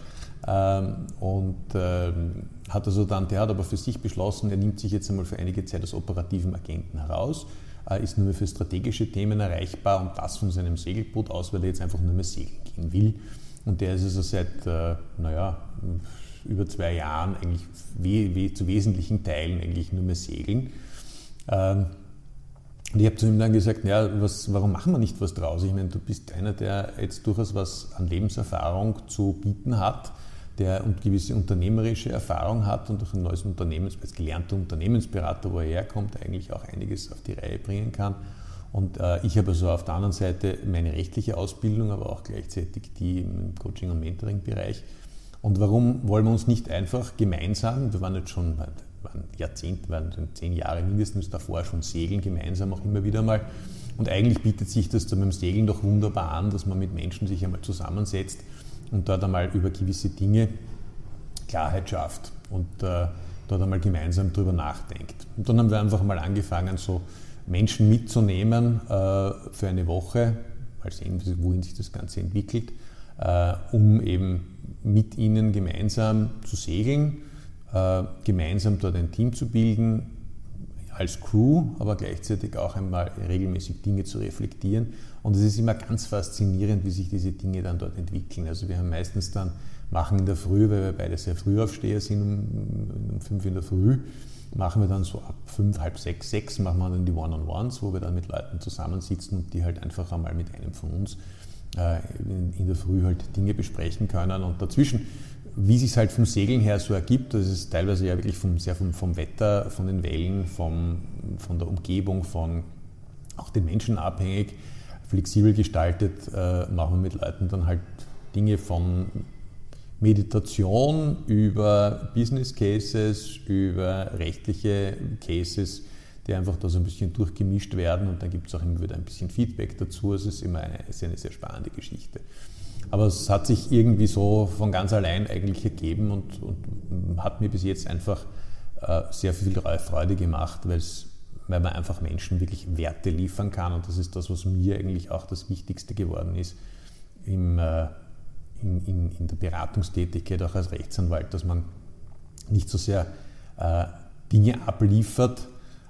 und der hat aber für sich beschlossen, er nimmt sich jetzt einmal für einige Zeit als operativen Agenten heraus, ist nur mehr für strategische Themen erreichbar und das von seinem Segelboot aus, weil er jetzt einfach nur mehr segeln gehen will. Und der ist also seit über 2 Jahren eigentlich zu wesentlichen Teilen eigentlich nur mehr segeln. Und ich habe zu ihm dann gesagt, ja, warum machen wir nicht was draus? Ich meine, du bist einer, der jetzt durchaus was an Lebenserfahrung zu bieten hat, der gewisse unternehmerische Erfahrung hat und durch ein neues als gelernter Unternehmensberater, wo er herkommt, eigentlich auch einiges auf die Reihe bringen kann. Und ich habe also auf der anderen Seite meine rechtliche Ausbildung, aber auch gleichzeitig die im Coaching- und Mentoring-Bereich. Und warum wollen wir uns nicht einfach gemeinsam, wir waren jetzt schon Jahrzehnte, waren 10 Jahre mindestens davor schon segeln, gemeinsam auch immer wieder mal. Und eigentlich bietet sich das dann beim Segeln doch wunderbar an, dass man mit Menschen sich einmal zusammensetzt und dort einmal über gewisse Dinge Klarheit schafft und dort einmal gemeinsam drüber nachdenkt. Und dann haben wir einfach mal angefangen, so Menschen mitzunehmen für eine Woche, mal sehen, wohin sich das Ganze entwickelt, um eben mit ihnen gemeinsam zu segeln, gemeinsam dort ein Team zu bilden, als Crew, aber gleichzeitig auch einmal regelmäßig Dinge zu reflektieren. Und es ist immer ganz faszinierend, wie sich diese Dinge dann dort entwickeln. Also wir haben meistens dann, machen in der Früh, weil wir beide sehr Frühaufsteher sind, um 5 in der Früh, machen wir dann so ab 5, halb 6, 6 machen wir dann die One-on-Ones, wo wir dann mit Leuten zusammensitzen und die halt einfach einmal mit einem von uns in der Früh halt Dinge besprechen können. Und dazwischen, wie es sich halt vom Segeln her so ergibt, das ist teilweise ja wirklich vom Wetter, von den Wellen, von der Umgebung, von auch den Menschen abhängig, flexibel gestaltet, machen wir mit Leuten dann halt Dinge von Meditation über Business Cases, über rechtliche Cases, die einfach da so ein bisschen durchgemischt werden und dann gibt es auch immer wieder ein bisschen Feedback dazu. Es ist immer eine sehr spannende Geschichte. Aber es hat sich irgendwie so von ganz allein eigentlich ergeben und hat mir bis jetzt einfach sehr viel Freude gemacht, weil man einfach Menschen wirklich Werte liefern kann und das ist das, was mir eigentlich auch das Wichtigste geworden ist in der Beratungstätigkeit, auch als Rechtsanwalt, dass man nicht so sehr Dinge abliefert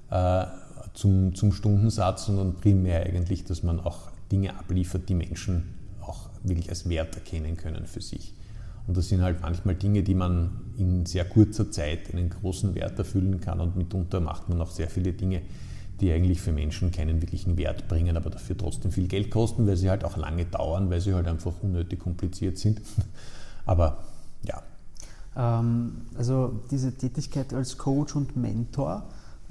zum Stundensatz, sondern primär eigentlich, dass man auch Dinge abliefert, die Menschen auch wirklich als Wert erkennen können für sich. Und das sind halt manchmal Dinge, die man in sehr kurzer Zeit einen großen Wert erfüllen kann und mitunter macht man auch sehr viele Dinge, die eigentlich für Menschen keinen wirklichen Wert bringen, aber dafür trotzdem viel Geld kosten, weil sie halt auch lange dauern, weil sie halt einfach unnötig kompliziert sind. Aber ja. Also diese Tätigkeit als Coach und Mentor,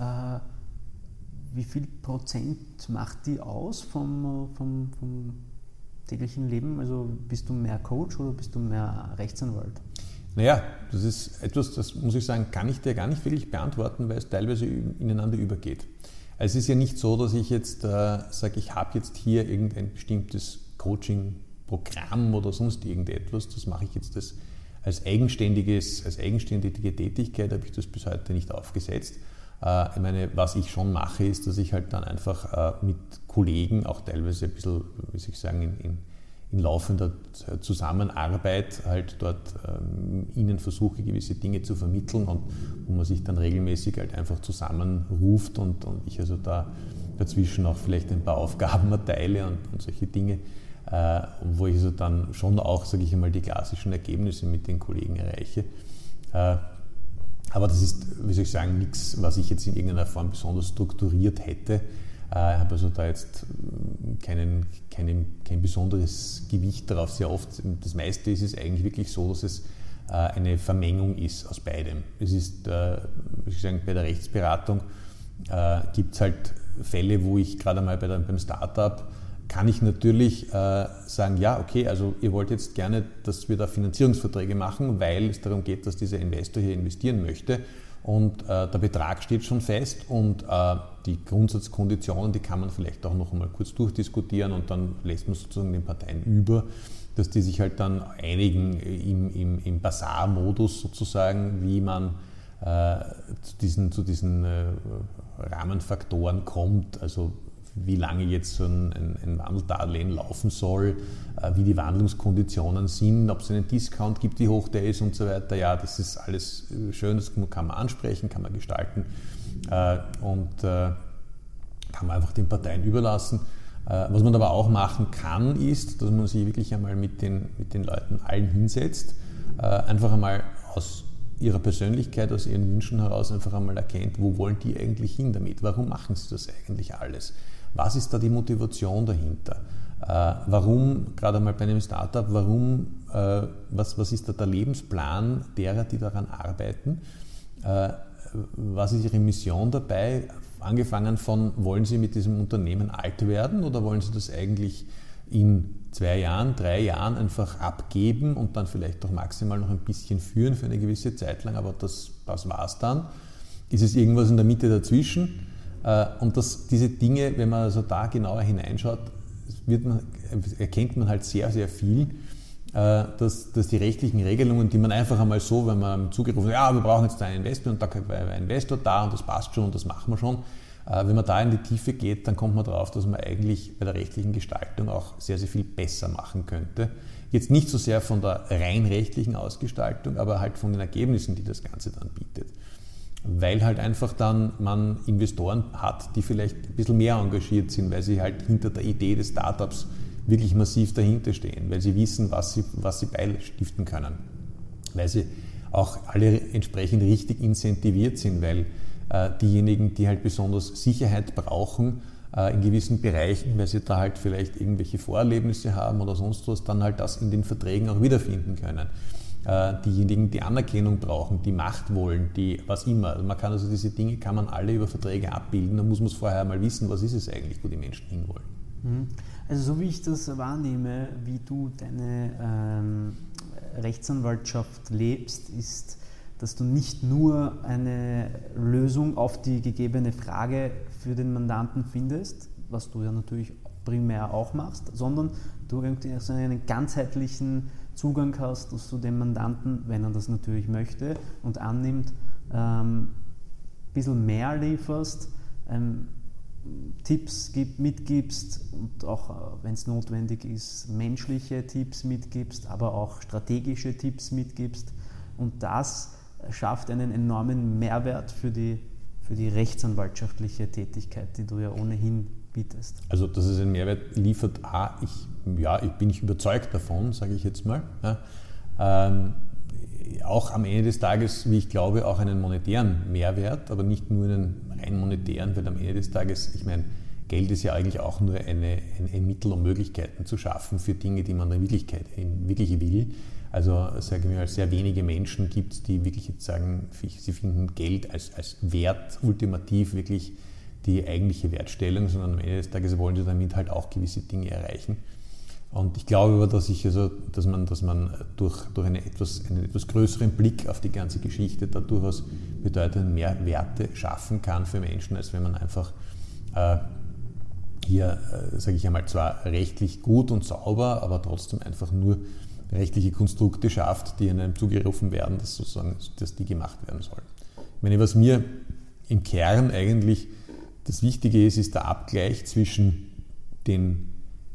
wie viel Prozent macht die aus vom täglichen Leben? Also bist du mehr Coach oder bist du mehr Rechtsanwalt? Naja, das ist etwas, das muss ich sagen, kann ich dir gar nicht wirklich beantworten, weil es teilweise ineinander übergeht. Also es ist ja nicht so, dass ich jetzt sage, ich habe jetzt hier irgendein bestimmtes Coaching-Programm oder sonst irgendetwas, das mache ich jetzt als eigenständige Tätigkeit, habe ich das bis heute nicht aufgesetzt. Ich meine, was ich schon mache, ist, dass ich halt dann einfach mit Kollegen auch teilweise ein bisschen, wie soll ich sagen, in laufender Zusammenarbeit halt dort ihnen versuche, gewisse Dinge zu vermitteln und wo man sich dann regelmäßig halt einfach zusammenruft und ich also da dazwischen auch vielleicht ein paar Aufgaben erteile und solche Dinge, wo ich also dann schon auch, sage ich einmal, die klassischen Ergebnisse mit den Kollegen erreiche. Aber das ist, wie soll ich sagen, nichts, was ich jetzt in irgendeiner Form besonders strukturiert hätte. Ich habe also da jetzt kein besonderes Gewicht darauf. Sehr oft, das meiste ist es eigentlich wirklich so, dass es eine Vermengung ist aus beidem. Es ist, wie ich sagen, bei der Rechtsberatung gibt es halt Fälle, wo ich gerade einmal beim Startup kann ich natürlich sagen, ja, okay, also ihr wollt jetzt gerne, dass wir da Finanzierungsverträge machen, weil es darum geht, dass dieser Investor hier investieren möchte und der Betrag steht schon fest und die Grundsatzkonditionen, die kann man vielleicht auch noch einmal kurz durchdiskutieren und dann lässt man sozusagen den Parteien über, dass die sich halt dann einigen im Basar-Modus sozusagen, wie man zu diesen Rahmenfaktoren kommt, also wie lange jetzt so ein Wandeldarlehen laufen soll, wie die Wandlungskonditionen sind, ob es einen Discount gibt, wie hoch der ist und so weiter. Ja, das ist alles schön, das kann man ansprechen, kann man gestalten und kann man einfach den Parteien überlassen. Was man aber auch machen kann, ist, dass man sich wirklich einmal mit den Leuten allen hinsetzt, einfach einmal aus ihrer Persönlichkeit, aus ihren Wünschen heraus einfach einmal erkennt, wo wollen die eigentlich hin damit? Warum machen sie das eigentlich alles? Was ist da die Motivation dahinter? Warum, gerade einmal bei einem Startup, was ist da der Lebensplan derer, die daran arbeiten? Was ist Ihre Mission dabei? Angefangen von, wollen Sie mit diesem Unternehmen alt werden oder wollen Sie das eigentlich in 2 Jahren, 3 Jahren einfach abgeben und dann vielleicht auch maximal noch ein bisschen führen für eine gewisse Zeit lang, aber das war es dann. Ist es irgendwas in der Mitte dazwischen? Und diese Dinge, wenn man also da genauer hineinschaut, erkennt man halt sehr, sehr viel, dass die rechtlichen Regelungen, die man einfach einmal so, wenn man zugerufen hat, ja, wir brauchen jetzt einen Investor und da kommt ein Investor da und das passt schon und das machen wir schon. Wenn man da in die Tiefe geht, dann kommt man darauf, dass man eigentlich bei der rechtlichen Gestaltung auch sehr, sehr viel besser machen könnte. Jetzt nicht so sehr von der rein rechtlichen Ausgestaltung, aber halt von den Ergebnissen, die das Ganze dann bietet. Weil halt einfach dann man Investoren hat, die vielleicht ein bisschen mehr engagiert sind, weil sie halt hinter der Idee des Startups wirklich massiv dahinter stehen, weil sie wissen, was sie beistiften können, weil sie auch alle entsprechend richtig incentiviert sind, weil diejenigen, die halt besonders Sicherheit brauchen in gewissen Bereichen, weil sie da halt vielleicht irgendwelche Vorerlebnisse haben oder sonst was, dann halt das in den Verträgen auch wiederfinden können. Diejenigen, die Anerkennung brauchen, die Macht wollen, die was immer. Also man kann also diese Dinge kann man alle über Verträge abbilden, da muss man es vorher mal wissen, was ist es eigentlich, wo die Menschen hinwollen. Also so wie ich das wahrnehme, wie du deine Rechtsanwaltschaft lebst, ist, dass du nicht nur eine Lösung auf die gegebene Frage für den Mandanten findest, was du ja natürlich primär auch machst, sondern du irgendwie so einen ganzheitlichen Zugang hast, dass du dem Mandanten, wenn er das natürlich möchte und annimmt, ein bisschen mehr lieferst, Tipps mitgibst und auch, wenn es notwendig ist, menschliche Tipps mitgibst, aber auch strategische Tipps mitgibst. Und das schafft einen enormen Mehrwert für die rechtsanwaltschaftliche Tätigkeit, die du ja ohnehin bietest. Also, dass es einen Mehrwert liefert, ich bin überzeugt davon, sage ich jetzt mal. Ja. Auch am Ende des Tages, wie ich glaube, auch einen monetären Mehrwert, aber nicht nur einen rein monetären, weil am Ende des Tages, ich meine, Geld ist ja eigentlich auch nur ein Mittel, um Möglichkeiten zu schaffen für Dinge, die man in Wirklichkeit wirklich will. Also sage ich mal, sehr wenige Menschen gibt es, die wirklich jetzt sagen, sie finden Geld als Wert ultimativ wirklich die eigentliche Wertstellung, sondern am Ende des Tages wollen sie damit halt auch gewisse Dinge erreichen. Und ich glaube aber, dass man durch einen etwas größeren Blick auf die ganze Geschichte da durchaus bedeutend mehr Werte schaffen kann für Menschen, als wenn man einfach hier, sage ich einmal, zwar rechtlich gut und sauber, aber trotzdem einfach nur rechtliche Konstrukte schafft, die einem zugerufen werden, dass die gemacht werden sollen. Ich meine, was mir im Kern eigentlich das Wichtige ist der Abgleich zwischen den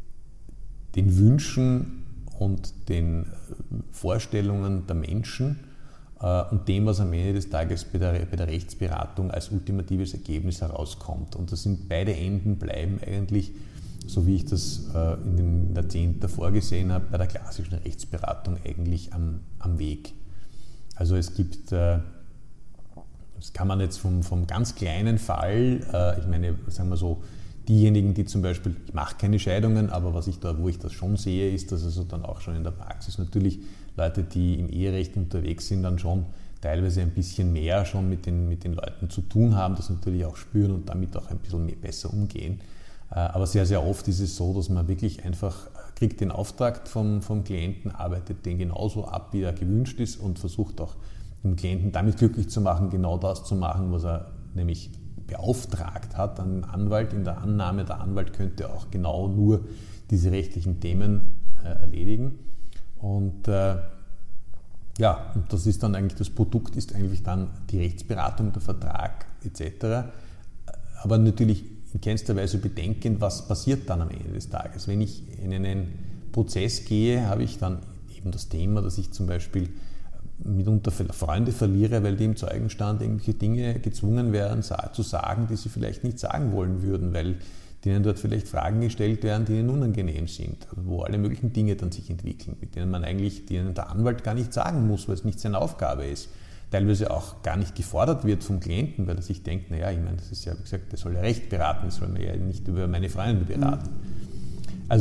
Wünschen und den Vorstellungen der Menschen und dem, was am Ende des Tages bei der Rechtsberatung als ultimatives Ergebnis herauskommt. Und das sind beide Enden bleiben eigentlich, so wie ich das in den Jahrzehnten davor gesehen habe, bei der klassischen Rechtsberatung eigentlich am Weg. Also es gibt, das kann man jetzt vom ganz kleinen Fall, ich meine, sagen wir so, diejenigen, die zum Beispiel, ich mache keine Scheidungen, aber wo ich das schon sehe, ist, dass also dann auch schon in der Praxis natürlich Leute, die im Eherecht unterwegs sind, dann schon teilweise ein bisschen mehr schon mit den Leuten zu tun haben, das natürlich auch spüren und damit auch ein bisschen besser umgehen. Aber sehr, sehr oft ist es so, dass man wirklich einfach kriegt den Auftrag vom Klienten, arbeitet den genauso ab, wie er gewünscht ist und versucht auch den Klienten damit glücklich zu machen, genau das zu machen, was er nämlich beauftragt hat an den Anwalt, in der Annahme, der Anwalt könnte auch genau nur diese rechtlichen Themen erledigen. Und und das ist dann eigentlich, das Produkt ist eigentlich dann die Rechtsberatung, der Vertrag etc. Aber natürlich in keinster Weise bedenkend, was passiert dann am Ende des Tages. Wenn ich in einen Prozess gehe, habe ich dann eben das Thema, dass ich zum Beispiel mitunter Freunde verliere, weil die im Zeugenstand irgendwelche Dinge gezwungen werden zu sagen, die sie vielleicht nicht sagen wollen würden, weil denen dort vielleicht Fragen gestellt werden, die ihnen unangenehm sind, wo alle möglichen Dinge dann sich entwickeln, mit denen denen der Anwalt gar nicht sagen muss, weil es nicht seine Aufgabe ist. Teilweise auch gar nicht gefordert wird vom Klienten, weil er sich denkt, naja, ich meine, das ist ja, wie gesagt, der soll ja Recht beraten, das soll mir ja nicht über meine Freunde beraten. Also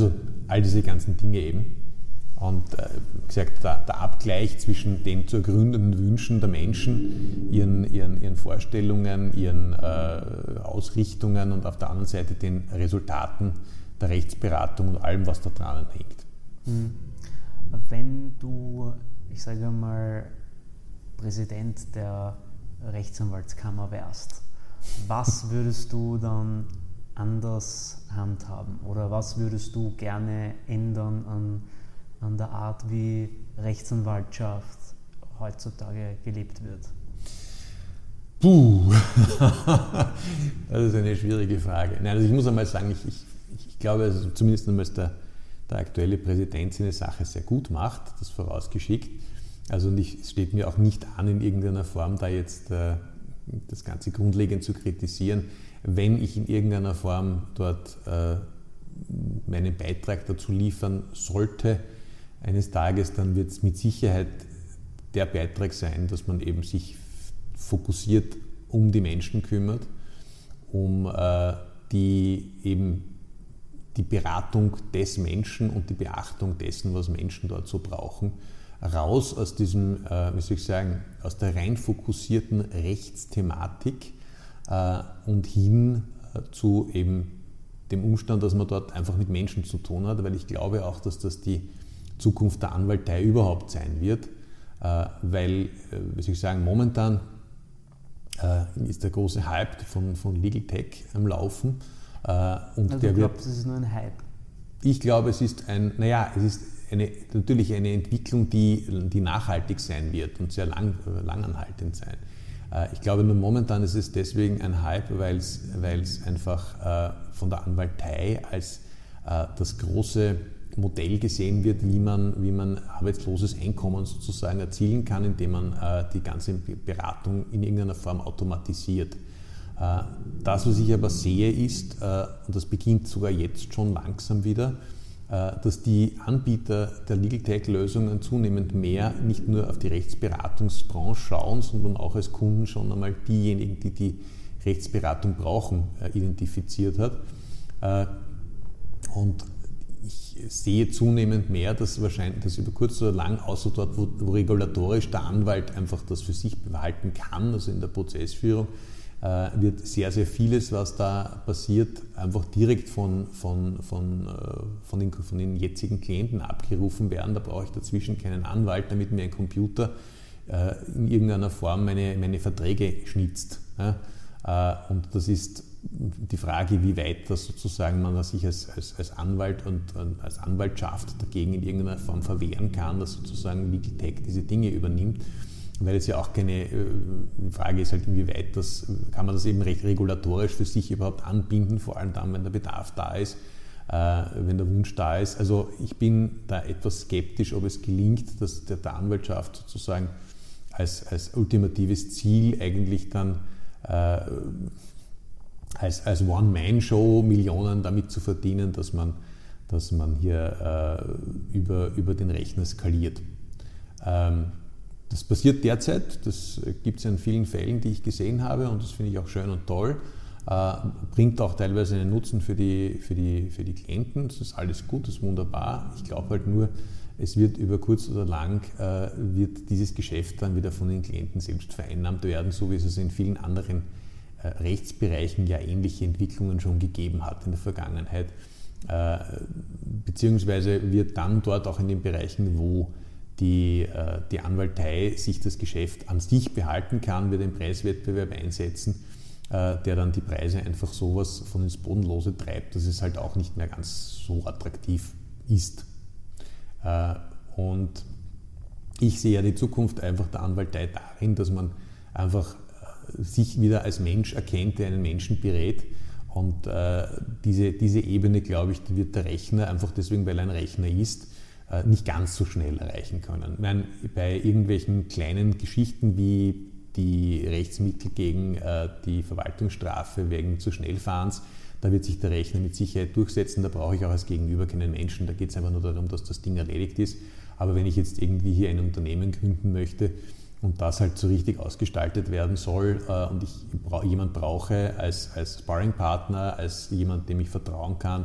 all diese ganzen Dinge eben. Und wie gesagt, der Abgleich zwischen den zu ergründenden Wünschen der Menschen, ihren Vorstellungen, ihren Ausrichtungen und auf der anderen Seite den Resultaten der Rechtsberatung und allem, was da dran hängt. Wenn du, ich sage mal, Präsident der Rechtsanwaltskammer wärst, was würdest du dann anders handhaben? Oder was würdest du gerne ändern an der Art, wie Rechtsanwaltschaft heutzutage gelebt wird? Das ist eine schwierige Frage. Nein, also ich muss einmal sagen, ich glaube, also zumindest einmal der aktuelle Präsident seine Sache sehr gut macht, das vorausgeschickt. Also es steht mir auch nicht an, in irgendeiner Form da jetzt das Ganze grundlegend zu kritisieren. Wenn ich in irgendeiner Form dort meinen Beitrag dazu liefern sollte, eines Tages, dann wird es mit Sicherheit der Beitrag sein, dass man eben sich fokussiert um die Menschen kümmert, um die Beratung des Menschen und die Beachtung dessen, was Menschen dort so brauchen, raus aus diesem, aus der rein fokussierten Rechtsthematik und hin zu eben dem Umstand, dass man dort einfach mit Menschen zu tun hat, weil ich glaube auch, dass das die Zukunft der Anwaltei überhaupt sein wird, weil, momentan ist der große Hype von Legal Tech am Laufen. Und also du glaubst, es ist nur ein Hype? Ich glaube, es ist natürlich eine Entwicklung, die nachhaltig sein wird und sehr langanhaltend sein. Ich glaube, nur momentan ist es deswegen ein Hype, weil es einfach von der Anwaltei als das große Modell gesehen wird, wie man arbeitsloses Einkommen sozusagen erzielen kann, indem man die ganze Beratung in irgendeiner Form automatisiert. Das, was ich aber sehe, ist, und das beginnt sogar jetzt schon langsam wieder, dass die Anbieter der Legal Tech-Lösungen zunehmend mehr nicht nur auf die Rechtsberatungsbranche schauen, sondern auch als Kunden schon einmal diejenigen, die Rechtsberatung brauchen, identifiziert hat. Und ich sehe zunehmend mehr, dass über kurz oder lang, außer dort, wo regulatorisch der Anwalt einfach das für sich behalten kann, also in der Prozessführung, wird sehr, sehr vieles, was da passiert, einfach direkt von den jetzigen Klienten abgerufen werden. Da brauche ich dazwischen keinen Anwalt, damit mir ein Computer in irgendeiner Form meine Verträge schnitzt. Und das ist die Frage, wie weit das sozusagen man sich als Anwalt und als Anwaltschaft dagegen in irgendeiner Form verwehren kann, dass sozusagen Legal Tech diese Dinge übernimmt. Weil es ja auch die Frage ist halt, inwieweit kann man das eben recht regulatorisch für sich überhaupt anbinden, vor allem dann, wenn der Bedarf da ist, wenn der Wunsch da ist. Also ich bin da etwas skeptisch, ob es gelingt, dass der Anwaltschaft sozusagen als ultimatives Ziel eigentlich dann als One-Man-Show Millionen damit zu verdienen, dass man hier über den Rechner skaliert. Das passiert derzeit, das gibt es in vielen Fällen, die ich gesehen habe, und das finde ich auch schön und toll. Bringt auch teilweise einen Nutzen für die Klienten, das ist alles gut, das ist wunderbar. Ich glaube halt nur, es wird über kurz oder lang wird dieses Geschäft dann wieder von den Klienten selbst vereinnahmt werden, so wie es in vielen anderen Rechtsbereichen ja ähnliche Entwicklungen schon gegeben hat in der Vergangenheit. Beziehungsweise wird dann dort auch in den Bereichen, wo die Anwaltei sich das Geschäft an sich behalten kann, wird einen Preiswettbewerb einsetzen, der dann die Preise einfach sowas von ins Bodenlose treibt, dass es halt auch nicht mehr ganz so attraktiv ist. Und ich sehe ja die Zukunft einfach der Anwaltei darin, dass man einfach sich wieder als Mensch erkennt, der einen Menschen berät. Und diese Ebene, glaube ich, die wird der Rechner, einfach deswegen, weil er ein Rechner ist, nicht ganz so schnell erreichen können. Ich meine, bei irgendwelchen kleinen Geschichten wie die Rechtsmittel gegen die Verwaltungsstrafe wegen zu Schnellfahrens, da wird sich der Rechner mit Sicherheit durchsetzen, da brauche ich auch als Gegenüber keinen Menschen, da geht es einfach nur darum, dass das Ding erledigt ist. Aber wenn ich jetzt irgendwie hier ein Unternehmen gründen möchte und das halt so richtig ausgestaltet werden soll und ich jemand brauche als Sparringpartner, als jemand, dem ich vertrauen kann,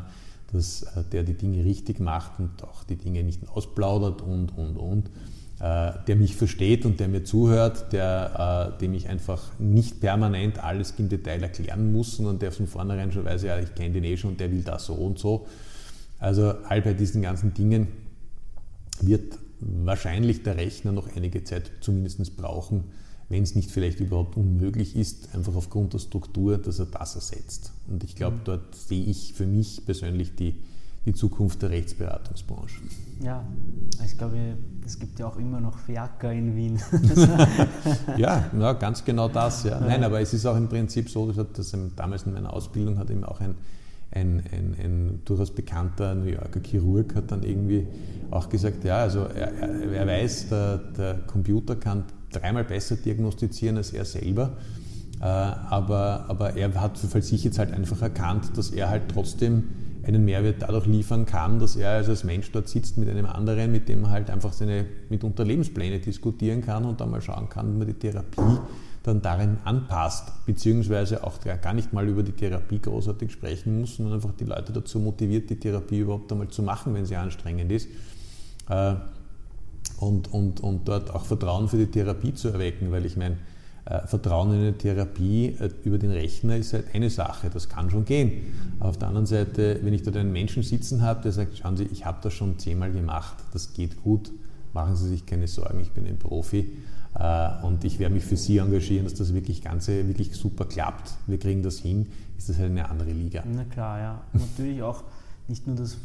dass der die Dinge richtig macht und auch die Dinge nicht ausplaudert und. Der mich versteht und der mir zuhört, dem ich einfach nicht permanent alles im Detail erklären muss, sondern der von vornherein schon weiß, ja, ich kenne den eh schon und der will das so und so. Also all bei diesen ganzen Dingen wird wahrscheinlich der Rechner noch einige Zeit zumindest brauchen, wenn es nicht vielleicht überhaupt unmöglich ist, einfach aufgrund der Struktur, dass er das ersetzt. Und ich glaube, dort sehe ich für mich persönlich die Zukunft der Rechtsberatungsbranche. Ja, ich glaube, es gibt ja auch immer noch Fiaker in Wien. Ja, ganz genau das. Ja. Nein, aber es ist auch im Prinzip so, dass damals in meiner Ausbildung hat eben auch ein durchaus bekannter New Yorker Chirurg hat dann irgendwie auch gesagt, ja, also er weiß, der Computer kann 3-mal besser diagnostizieren als er selber, aber er hat für sich jetzt halt einfach erkannt, dass er halt trotzdem einen Mehrwert dadurch liefern kann, dass er also als Mensch dort sitzt mit einem anderen, mit dem er halt einfach seine mitunter Lebenspläne diskutieren kann und dann mal schauen kann, wie man die Therapie dann darin anpasst, beziehungsweise auch gar nicht mal über die Therapie großartig sprechen muss, sondern einfach die Leute dazu motiviert, die Therapie überhaupt einmal zu machen, wenn sie anstrengend ist. Und dort auch Vertrauen für die Therapie zu erwecken, weil ich meine, Vertrauen in eine Therapie über den Rechner ist halt eine Sache, das kann schon gehen. Aber auf der anderen Seite, wenn ich dort einen Menschen sitzen habe, der sagt, schauen Sie, ich habe das schon 10-mal gemacht, das geht gut, machen Sie sich keine Sorgen, ich bin ein Profi und ich werde mich für Sie engagieren, dass das wirklich super klappt, wir kriegen das hin, ist das halt eine andere Liga. Na klar, ja. Und natürlich auch nicht nur das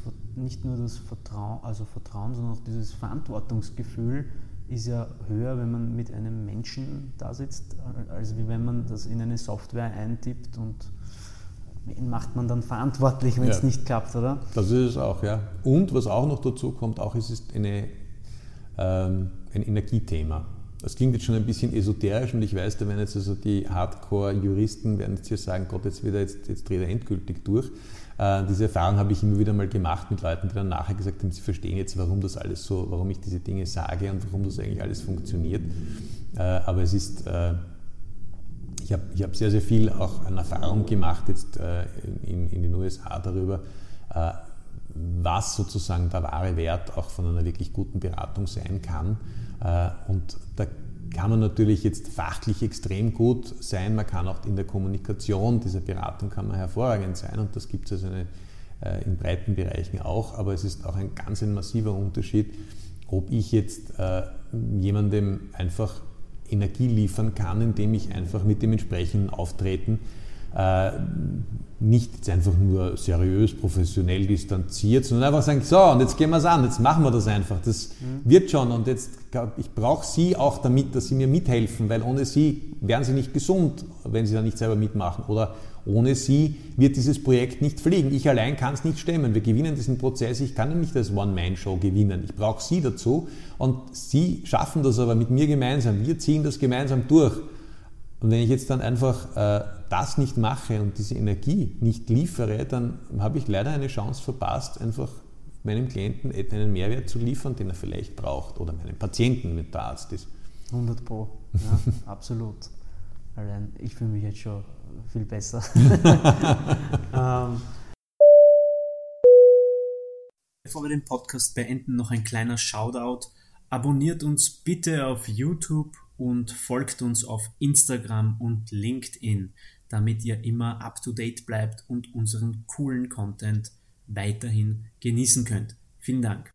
Vertrauen, sondern auch dieses Verantwortungsgefühl ist ja höher, wenn man mit einem Menschen da sitzt, als wie wenn man das in eine Software eintippt und wen macht man dann verantwortlich, wenn es nicht klappt, oder? Das ist es auch, ja. Und was auch noch dazu kommt, auch ist es ein Energiethema. Das klingt jetzt schon ein bisschen esoterisch und ich weiß, da werden jetzt also die Hardcore-Juristen werden jetzt hier sagen, Gott, jetzt dreht er endgültig durch. Diese Erfahrung habe ich immer wieder mal gemacht mit Leuten, die dann nachher gesagt haben, sie verstehen jetzt, warum ich diese Dinge sage und warum das eigentlich alles funktioniert. Aber es ist, ich habe sehr, sehr viel auch an Erfahrung gemacht jetzt in den USA darüber, was sozusagen der wahre Wert auch von einer wirklich guten Beratung sein kann. Und da kann man natürlich jetzt fachlich extrem gut sein, man kann auch in der Kommunikation dieser Beratung kann man hervorragend sein und das gibt es also in breiten Bereichen auch, aber es ist auch ein ganz massiver Unterschied, ob ich jetzt jemandem einfach Energie liefern kann, indem ich einfach mit dem entsprechenden Auftreten nicht jetzt einfach nur seriös, professionell distanziert, sondern einfach sagen, so, und jetzt gehen wir es an, jetzt machen wir das einfach, das wird schon und jetzt, ich brauche Sie auch damit, dass Sie mir mithelfen, weil ohne Sie wären Sie nicht gesund, wenn Sie da nicht selber mitmachen oder ohne Sie wird dieses Projekt nicht fliegen. Ich allein kann es nicht stemmen, wir gewinnen diesen Prozess, ich kann ihn nicht als One-Man-Show gewinnen, ich brauche Sie dazu und Sie schaffen das aber mit mir gemeinsam, wir ziehen das gemeinsam durch. Und wenn ich jetzt dann einfach das nicht mache und diese Energie nicht liefere, dann habe ich leider eine Chance verpasst, einfach meinem Klienten einen Mehrwert zu liefern, den er vielleicht braucht, oder meinem Patienten, wenn der Arzt ist. 100%, ja, absolut. Allein ich fühle mich jetzt schon viel besser. Bevor wir den Podcast beenden, noch ein kleiner Shoutout. Abonniert uns bitte auf YouTube und folgt uns auf Instagram und LinkedIn, damit ihr immer up-to-date bleibt und unseren coolen Content weiterhin genießen könnt. Vielen Dank.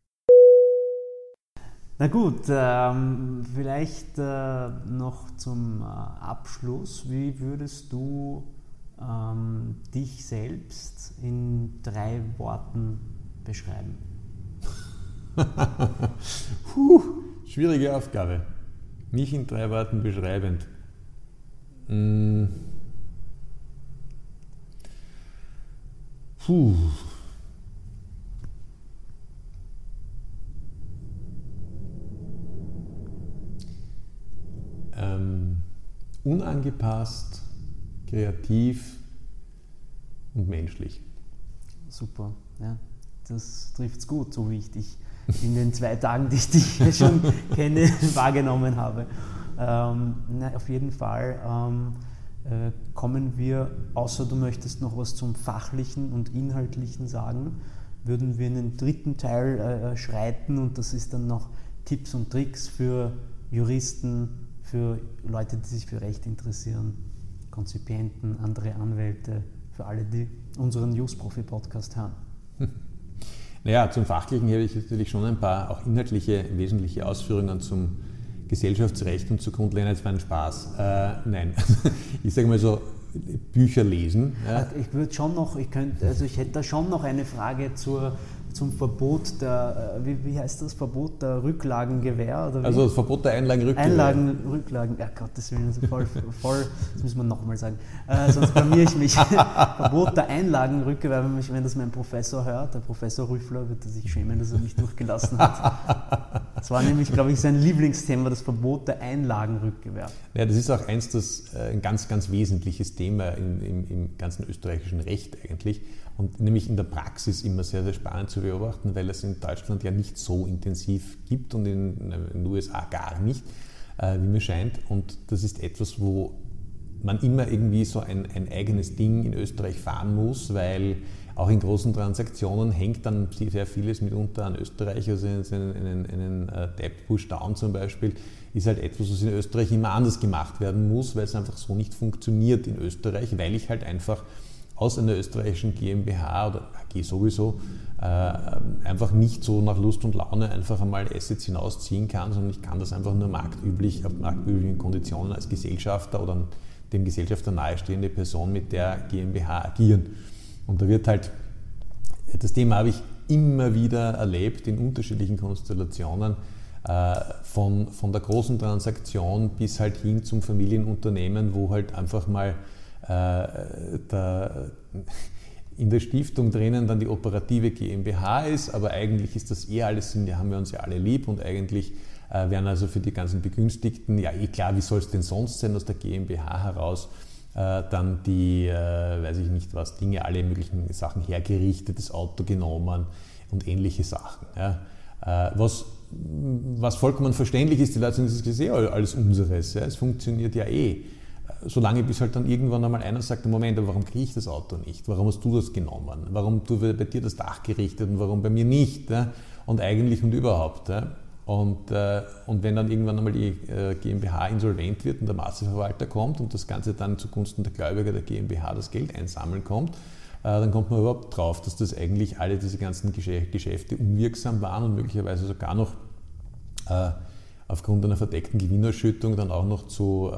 Na gut, vielleicht noch zum Abschluss. Wie würdest du dich selbst in 3 Worten beschreiben? Schwierige Aufgabe. Mich in 3 Worten beschreibend. Unangepasst, kreativ und menschlich. Super, ja. Das trifft es gut, so wie ich dich in den 2 Tagen, die ich dich schon kenne, wahrgenommen habe. Auf jeden Fall kommen wir, außer du möchtest noch was zum Fachlichen und Inhaltlichen sagen, würden wir in den dritten Teil schreiten und das ist dann noch Tipps und Tricks für Juristen, für Leute, die sich für Recht interessieren, Konzipienten, andere Anwälte, für alle, die unseren Newsprofi-Podcast hören. Naja, zum Fachlichen habe ich natürlich schon ein paar auch inhaltliche, wesentliche Ausführungen zum Gesellschaftsrecht und zur Grundlehre. Jetzt war ein Spaß. Nein, ich sage mal so, Bücher lesen. Ja. Ich hätte da schon noch eine Frage zum Verbot der, wie heißt das, Verbot der Rücklagengewähr? Oder wie? Also das Verbot der Rücklagen, ja Gottes Willen, also voll, das müssen wir nochmal sagen, sonst blamiere ich mich. Verbot der Einlagenrückgewähr, wenn das mein Professor hört, der Professor Rüffler, wird er sich schämen, dass er mich durchgelassen hat. Das war nämlich, glaube ich, sein Lieblingsthema, das Verbot der Einlagenrückgewähr. Ja, das ist auch ein ganz, ganz wesentliches Thema im ganzen österreichischen Recht eigentlich. Und nämlich in der Praxis immer sehr, sehr spannend zu beobachten, weil es in Deutschland ja nicht so intensiv gibt und in den USA gar nicht, wie mir scheint. Und das ist etwas, wo man immer irgendwie so ein eigenes Ding in Österreich fahren muss, weil auch in großen Transaktionen hängt dann sehr vieles mitunter an Österreich. Also einen Tap Push Down zum Beispiel ist halt etwas, was in Österreich immer anders gemacht werden muss, weil es einfach so nicht funktioniert in Österreich, weil ich halt einfach aus einer österreichischen GmbH oder AG sowieso einfach nicht so nach Lust und Laune einfach einmal Assets hinausziehen kann, sondern ich kann das einfach nur marktüblich, auf marktüblichen Konditionen als Gesellschafter oder dem Gesellschafter nahestehende Person mit der GmbH agieren. Und da wird halt, das Thema habe ich immer wieder erlebt in unterschiedlichen Konstellationen, von der großen Transaktion bis halt hin zum Familienunternehmen, wo halt einfach mal in der Stiftung drinnen dann die operative GmbH ist, aber eigentlich ist das alles, haben wir uns ja alle lieb und eigentlich werden also für die ganzen Begünstigten, ja klar, wie soll es denn sonst sein, aus der GmbH heraus dann die, weiß ich nicht was, Dinge, alle möglichen Sachen hergerichtet, das Auto genommen und ähnliche Sachen. Ja. Was vollkommen verständlich ist, die Leute sagen, das ist ja alles unseres, ja, es funktioniert ja solange bis halt dann irgendwann einmal einer sagt, Moment, aber warum kriege ich das Auto nicht? Warum hast du das genommen? Warum wird bei dir das Dach gerichtet und warum bei mir nicht? Ja? Und eigentlich und überhaupt. Ja? Und wenn dann irgendwann einmal die GmbH insolvent wird und der Masseverwalter kommt und das Ganze dann zugunsten der Gläubiger der GmbH das Geld einsammeln kommt, dann kommt man überhaupt drauf, dass das eigentlich alle diese ganzen Geschäfte unwirksam waren und möglicherweise sogar noch aufgrund einer verdeckten Gewinnausschüttung dann auch noch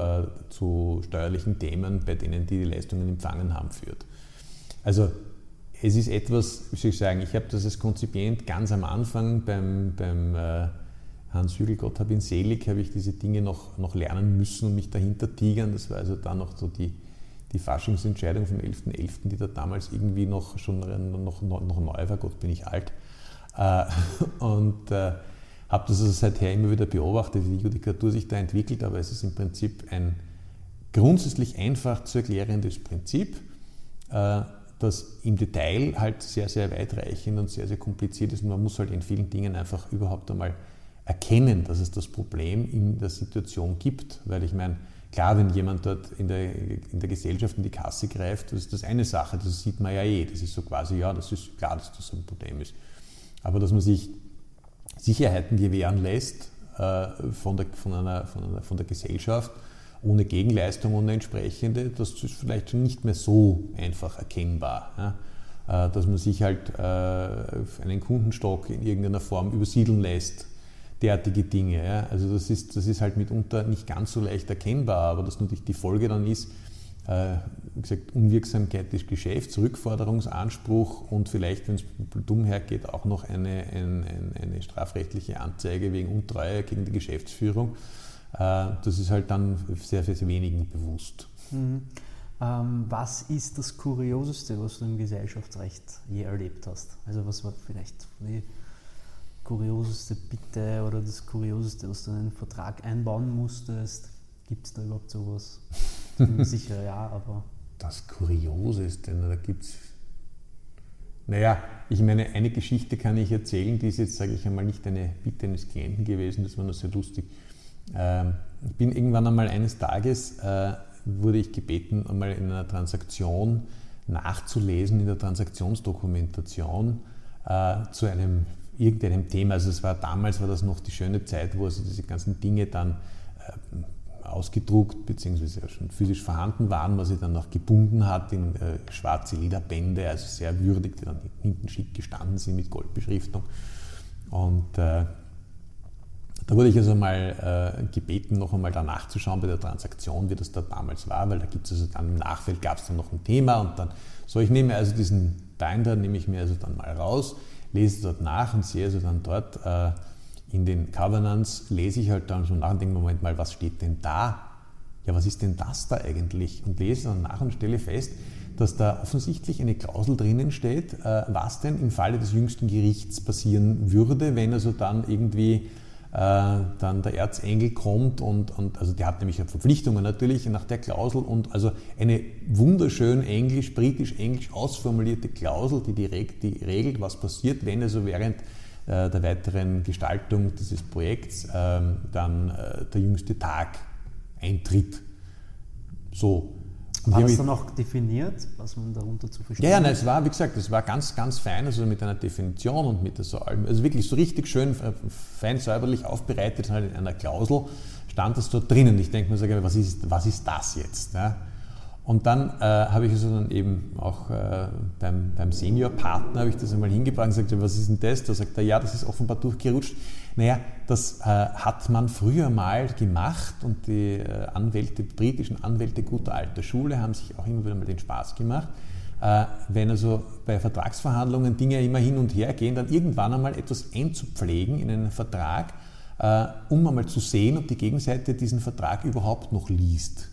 zu steuerlichen Themen, bei denen die Leistungen empfangen haben, führt. Also es ist etwas, wie soll ich sagen, ich habe das als Konzipient ganz am Anfang beim Hans Hügel, Gott hab ihn selig, habe ich diese Dinge noch lernen müssen und mich dahinter tigern. Das war also dann noch so die Faschingsentscheidung vom 11.11., die da damals irgendwie noch neu war, Gott bin ich alt. Und habe das also seither immer wieder beobachtet, wie die Judikatur sich da entwickelt, aber es ist im Prinzip ein grundsätzlich einfach zu erklärendes Prinzip, das im Detail halt sehr, sehr weitreichend und sehr, sehr kompliziert ist und man muss halt in vielen Dingen einfach überhaupt einmal erkennen, dass es das Problem in der Situation gibt, weil ich meine, klar, wenn jemand dort in der Gesellschaft in die Kasse greift, das ist das eine Sache, das sieht man ja das ist so quasi, ja, das ist klar, dass das ein Problem ist, aber dass man sich Sicherheiten gewähren lässt von der Gesellschaft ohne Gegenleistung, ohne entsprechende, das ist vielleicht schon nicht mehr so einfach erkennbar. Ja? Dass man sich halt einen Kundenstock in irgendeiner Form übersiedeln lässt, derartige Dinge. Ja? Also das ist halt mitunter nicht ganz so leicht erkennbar, aber dass natürlich die Folge dann ist, wie gesagt, Unwirksamkeit des Geschäfts, Rückforderungsanspruch und vielleicht, wenn es dumm hergeht, auch noch eine strafrechtliche Anzeige wegen Untreue gegen die Geschäftsführung. Das ist halt dann sehr, sehr wenigen bewusst. Mhm. Was ist das Kurioseste, was du im Gesellschaftsrecht je erlebt hast? Also was war vielleicht die kurioseste Bitte oder das Kurioseste, was du in einen Vertrag einbauen musstest? Gibt es da überhaupt sowas? Ich bin mir sicher, ja, aber... Das Kurioseste, da gibt es... Naja, ich meine, eine Geschichte kann ich erzählen, die ist jetzt, sage ich einmal, nicht eine Bitte eines Klienten gewesen, das war nur sehr lustig. Ich bin irgendwann einmal eines Tages, wurde ich gebeten, einmal in einer Transaktion nachzulesen, in der Transaktionsdokumentation, zu irgendeinem Thema. Also damals war das noch die schöne Zeit, wo also diese ganzen Dinge dann ausgedruckt bzw. schon physisch vorhanden waren, was sie dann noch gebunden hat in schwarze Lederbände, also sehr würdig, die dann hinten schick gestanden sind mit Goldbeschriftung. Und da wurde ich also mal gebeten, noch einmal da nachzuschauen bei der Transaktion, wie das da damals war, weil da gibt es also dann im Nachfeld gab es dann noch ein Thema und dann ich nehme also diesen Binder, nehme ich mir also dann mal raus, lese dort nach und sehe also dann dort in den Covenants, lese ich halt dann schon nach und denke, Moment mal, was steht denn da? Ja, was ist denn das da eigentlich? Und lese dann nach und stelle fest, dass da offensichtlich eine Klausel drinnen steht, was denn im Falle des jüngsten Gerichts passieren würde, wenn also dann irgendwie dann der Erzengel kommt und also der hat nämlich Verpflichtungen natürlich nach der Klausel und also eine wunderschön britisch-englisch ausformulierte Klausel, die regelt, was passiert, wenn also während der weiteren Gestaltung dieses Projekts dann der jüngste Tag eintritt. So. Und war das dann auch definiert, was man darunter zu verstehen hat? Ja, es war, wie gesagt, es war ganz, ganz fein, also mit einer Definition und mit so allem, also wirklich so richtig schön, fein säuberlich aufbereitet, halt in einer Klausel stand das dort drinnen. Ich denke mir, was ist das jetzt? Ja? Und dann habe ich also dann eben auch beim Senior-Partner habe ich das einmal hingebracht und gesagt, was ist denn das? Da sagt er, ja, das ist offenbar durchgerutscht. Naja, das hat man früher mal gemacht und die britischen Anwälte guter alter Schule haben sich auch immer wieder mal den Spaß gemacht. Wenn also bei Vertragsverhandlungen Dinge immer hin und her gehen, dann irgendwann einmal etwas einzupflegen in einen Vertrag, um einmal zu sehen, ob die Gegenseite diesen Vertrag überhaupt noch liest.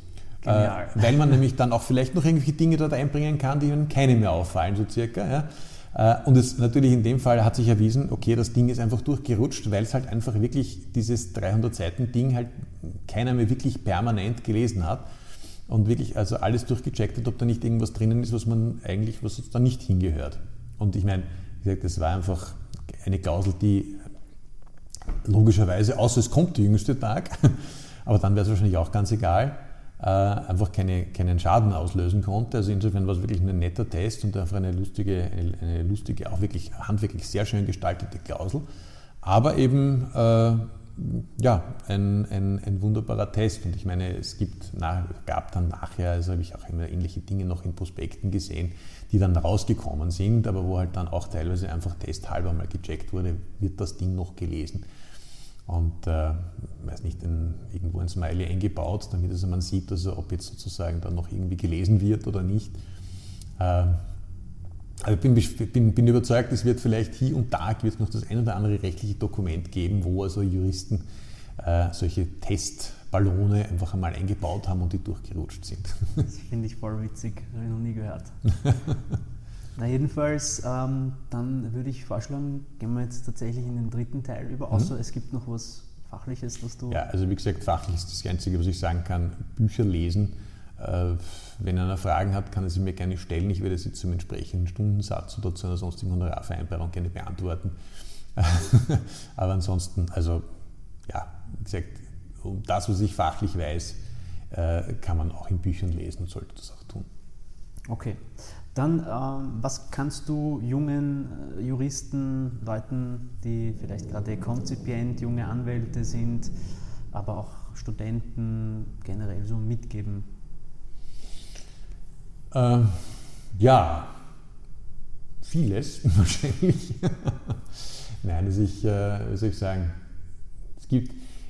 Weil man nämlich dann auch vielleicht noch irgendwelche Dinge dort einbringen kann, die einem keine mehr auffallen, so circa. Ja. Und es natürlich in dem Fall hat sich erwiesen, okay, das Ding ist einfach durchgerutscht, weil es halt einfach wirklich dieses 300-Seiten-Ding halt keiner mehr wirklich permanent gelesen hat und wirklich also alles durchgecheckt hat, ob da nicht irgendwas drinnen ist, was jetzt da nicht hingehört. Und ich meine, wie gesagt, das war einfach eine Klausel, die logischerweise, außer es kommt der jüngste Tag, aber dann wäre es wahrscheinlich auch ganz egal, einfach keinen Schaden auslösen konnte. Also insofern war es wirklich ein netter Test und einfach eine lustige, auch wirklich handwerklich sehr schön gestaltete Klausel. Aber eben ein wunderbarer Test. Und ich meine, es gab dann nachher, also habe ich auch immer ähnliche Dinge noch in Prospekten gesehen, die dann rausgekommen sind, aber wo halt dann auch teilweise einfach testhalber mal gecheckt wurde, wird das Ding noch gelesen. Und weiß nicht, irgendwo ein Smiley eingebaut, damit also man sieht, also ob jetzt sozusagen dann noch irgendwie gelesen wird oder nicht. Aber ich bin überzeugt, es wird vielleicht hier und da noch das ein oder andere rechtliche Dokument geben, wo also Juristen solche Testballone einfach einmal eingebaut haben und die durchgerutscht sind. Das finde ich voll witzig, habe ich noch nie gehört. Na jedenfalls, dann würde ich vorschlagen, gehen wir jetzt tatsächlich in den dritten Teil über, außer es gibt noch was Fachliches, was du... Ja, also wie gesagt, fachlich ist das Einzige, was ich sagen kann, Bücher lesen. Wenn einer Fragen hat, kann er sie mir gerne stellen. Ich werde sie zum entsprechenden Stundensatz oder zu einer sonstigen Honorarvereinbarung gerne beantworten. Aber ansonsten, also ja, wie gesagt, um das, was ich fachlich weiß, kann man auch in Büchern lesen und sollte das auch tun. Okay. Dann, was kannst du jungen Juristen, Leuten, die vielleicht gerade konzipient, junge Anwälte sind, aber auch Studenten generell so mitgeben? Ja, vieles wahrscheinlich. Nein, also wie soll ich sagen, es gibt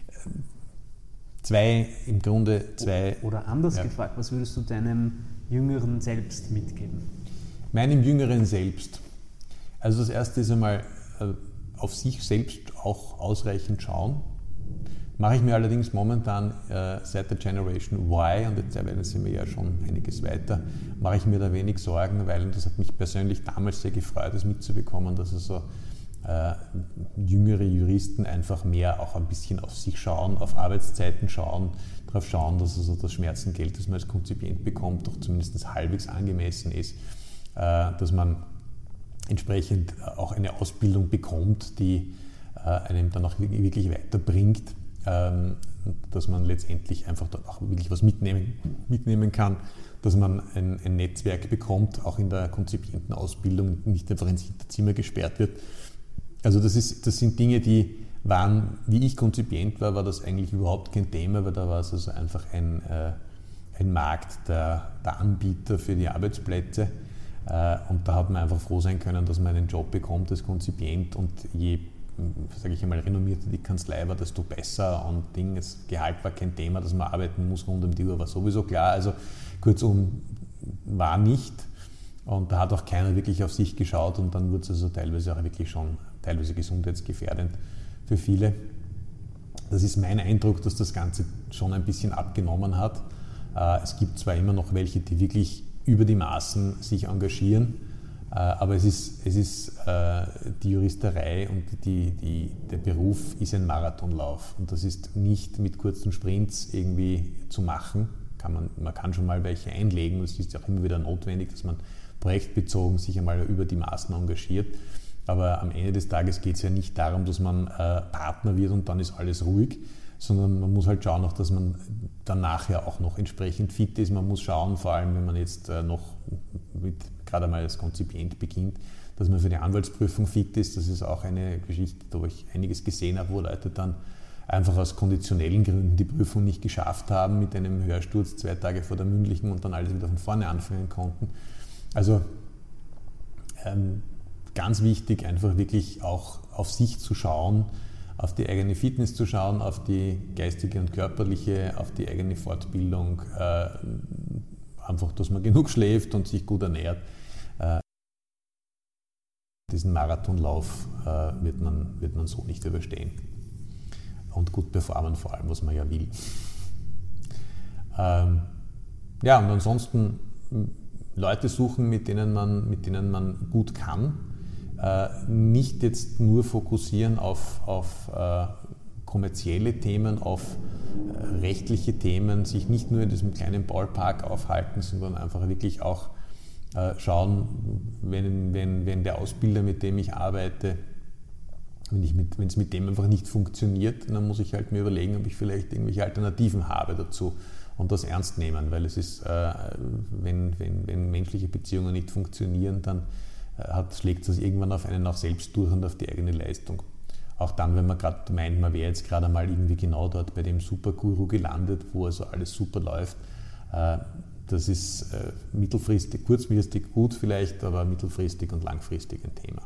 zwei. Oder anders gefragt, was würdest du deinem Jüngeren selbst mitgeben? Meinem Jüngeren selbst. Also das erste ist einmal auf sich selbst auch ausreichend schauen. Mache ich mir allerdings momentan seit der Generation Y, und jetzt sind wir ja schon einiges weiter, mache ich mir da wenig Sorgen, weil das hat mich persönlich damals sehr gefreut, das mitzubekommen, dass also jüngere Juristen einfach mehr auch ein bisschen auf sich schauen, auf Arbeitszeiten schauen, darauf schauen, dass also das Schmerzengeld, das man als Konzipient bekommt, doch zumindest halbwegs angemessen ist, dass man entsprechend auch eine Ausbildung bekommt, die einem dann auch wirklich weiterbringt. dass man letztendlich einfach dort auch wirklich was mitnehmen kann, dass man ein Netzwerk bekommt, auch in der Konzipientenausbildung, nicht einfach ins Hinterzimmer gesperrt wird. Also das sind Dinge, die waren, wie ich Konzipient war das eigentlich überhaupt kein Thema, weil da war es also einfach ein Markt der Anbieter für die Arbeitsplätze. Und da hat man einfach froh sein können, dass man einen Job bekommt als Konzipient, und je, sage ich einmal, renommierter die Kanzlei war, desto besser, und das Gehalt war kein Thema, dass man arbeiten muss rund um die Uhr, war sowieso klar. Also kurzum, war nicht, und da hat auch keiner wirklich auf sich geschaut, und dann wurde es also teilweise auch wirklich schon teilweise gesundheitsgefährdend für viele. Das ist mein Eindruck, dass das Ganze schon ein bisschen abgenommen hat. Es gibt zwar immer noch welche, die wirklich über die Maßen sich engagieren, aber es ist die Juristerei und der Beruf ist ein Marathonlauf, und das ist nicht mit kurzen Sprints irgendwie zu machen. Man kann schon mal welche einlegen, es ist auch immer wieder notwendig, dass man projektbezogen sich einmal über die Maßen engagiert, aber am Ende des Tages geht es ja nicht darum, dass man Partner wird und dann ist alles ruhig, sondern man muss halt schauen, dass man dann nachher auch noch entsprechend fit ist. Man muss schauen, vor allem wenn man jetzt noch gerade mal als Konzipient beginnt, dass man für die Anwaltsprüfung fit ist. Das ist auch eine Geschichte, wo ich einiges gesehen habe, wo Leute dann einfach aus konditionellen Gründen die Prüfung nicht geschafft haben, mit einem Hörsturz 2 Tage vor der mündlichen, und dann alles wieder von vorne anfangen konnten. Also ganz wichtig, einfach wirklich auch auf sich zu schauen, auf die eigene Fitness zu schauen, auf die geistige und körperliche, auf die eigene Fortbildung, einfach, dass man genug schläft und sich gut ernährt. Diesen Marathonlauf wird man so nicht überstehen. Und gut performen vor allem, was man ja will. Und ansonsten Leute suchen, mit denen man gut kann. Nicht jetzt nur fokussieren auf kommerzielle Themen, auf rechtliche Themen, sich nicht nur in diesem kleinen Ballpark aufhalten, sondern einfach wirklich auch schauen, wenn der Ausbilder, mit dem ich arbeite, wenn es mit dem einfach nicht funktioniert, dann muss ich halt mir überlegen, ob ich vielleicht irgendwelche Alternativen habe dazu, und das ernst nehmen, weil es ist, wenn menschliche Beziehungen nicht funktionieren, dann schlägt das irgendwann auf einen auch selbst durch und auf die eigene Leistung. Auch dann, wenn man gerade meint, man wäre jetzt gerade mal irgendwie genau dort bei dem Superguru gelandet, wo also alles super läuft. Das ist mittelfristig, kurzfristig gut vielleicht, aber mittelfristig und langfristig ein Thema.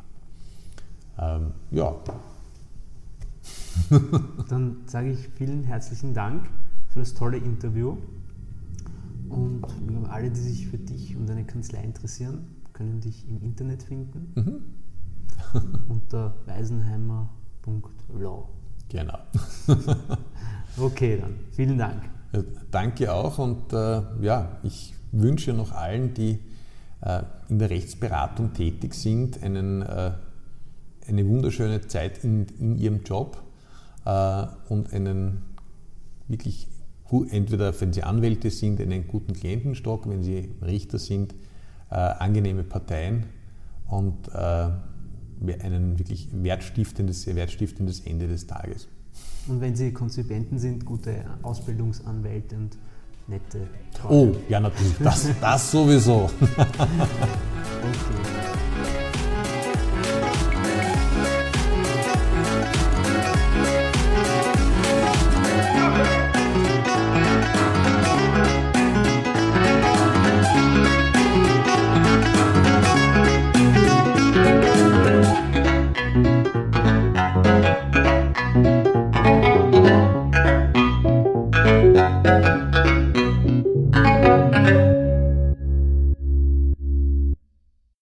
Dann sage ich vielen herzlichen Dank für das tolle Interview, und alle, die sich für dich und deine Kanzlei interessieren, können dich im Internet finden, unter weisenheimer.law. Genau. Okay, dann vielen Dank. Ja, danke auch, und ich wünsche noch allen, die in der Rechtsberatung tätig sind, eine wunderschöne Zeit in ihrem Job und einen wirklich entweder, wenn sie Anwälte sind, einen guten Klientenstock, wenn sie Richter sind, angenehme Parteien und ein wirklich wertstiftendes Ende des Tages. Und wenn Sie Konzipienten sind, gute Ausbildungsanwälte und nette Freunde. Oh, ja natürlich, das sowieso. Okay.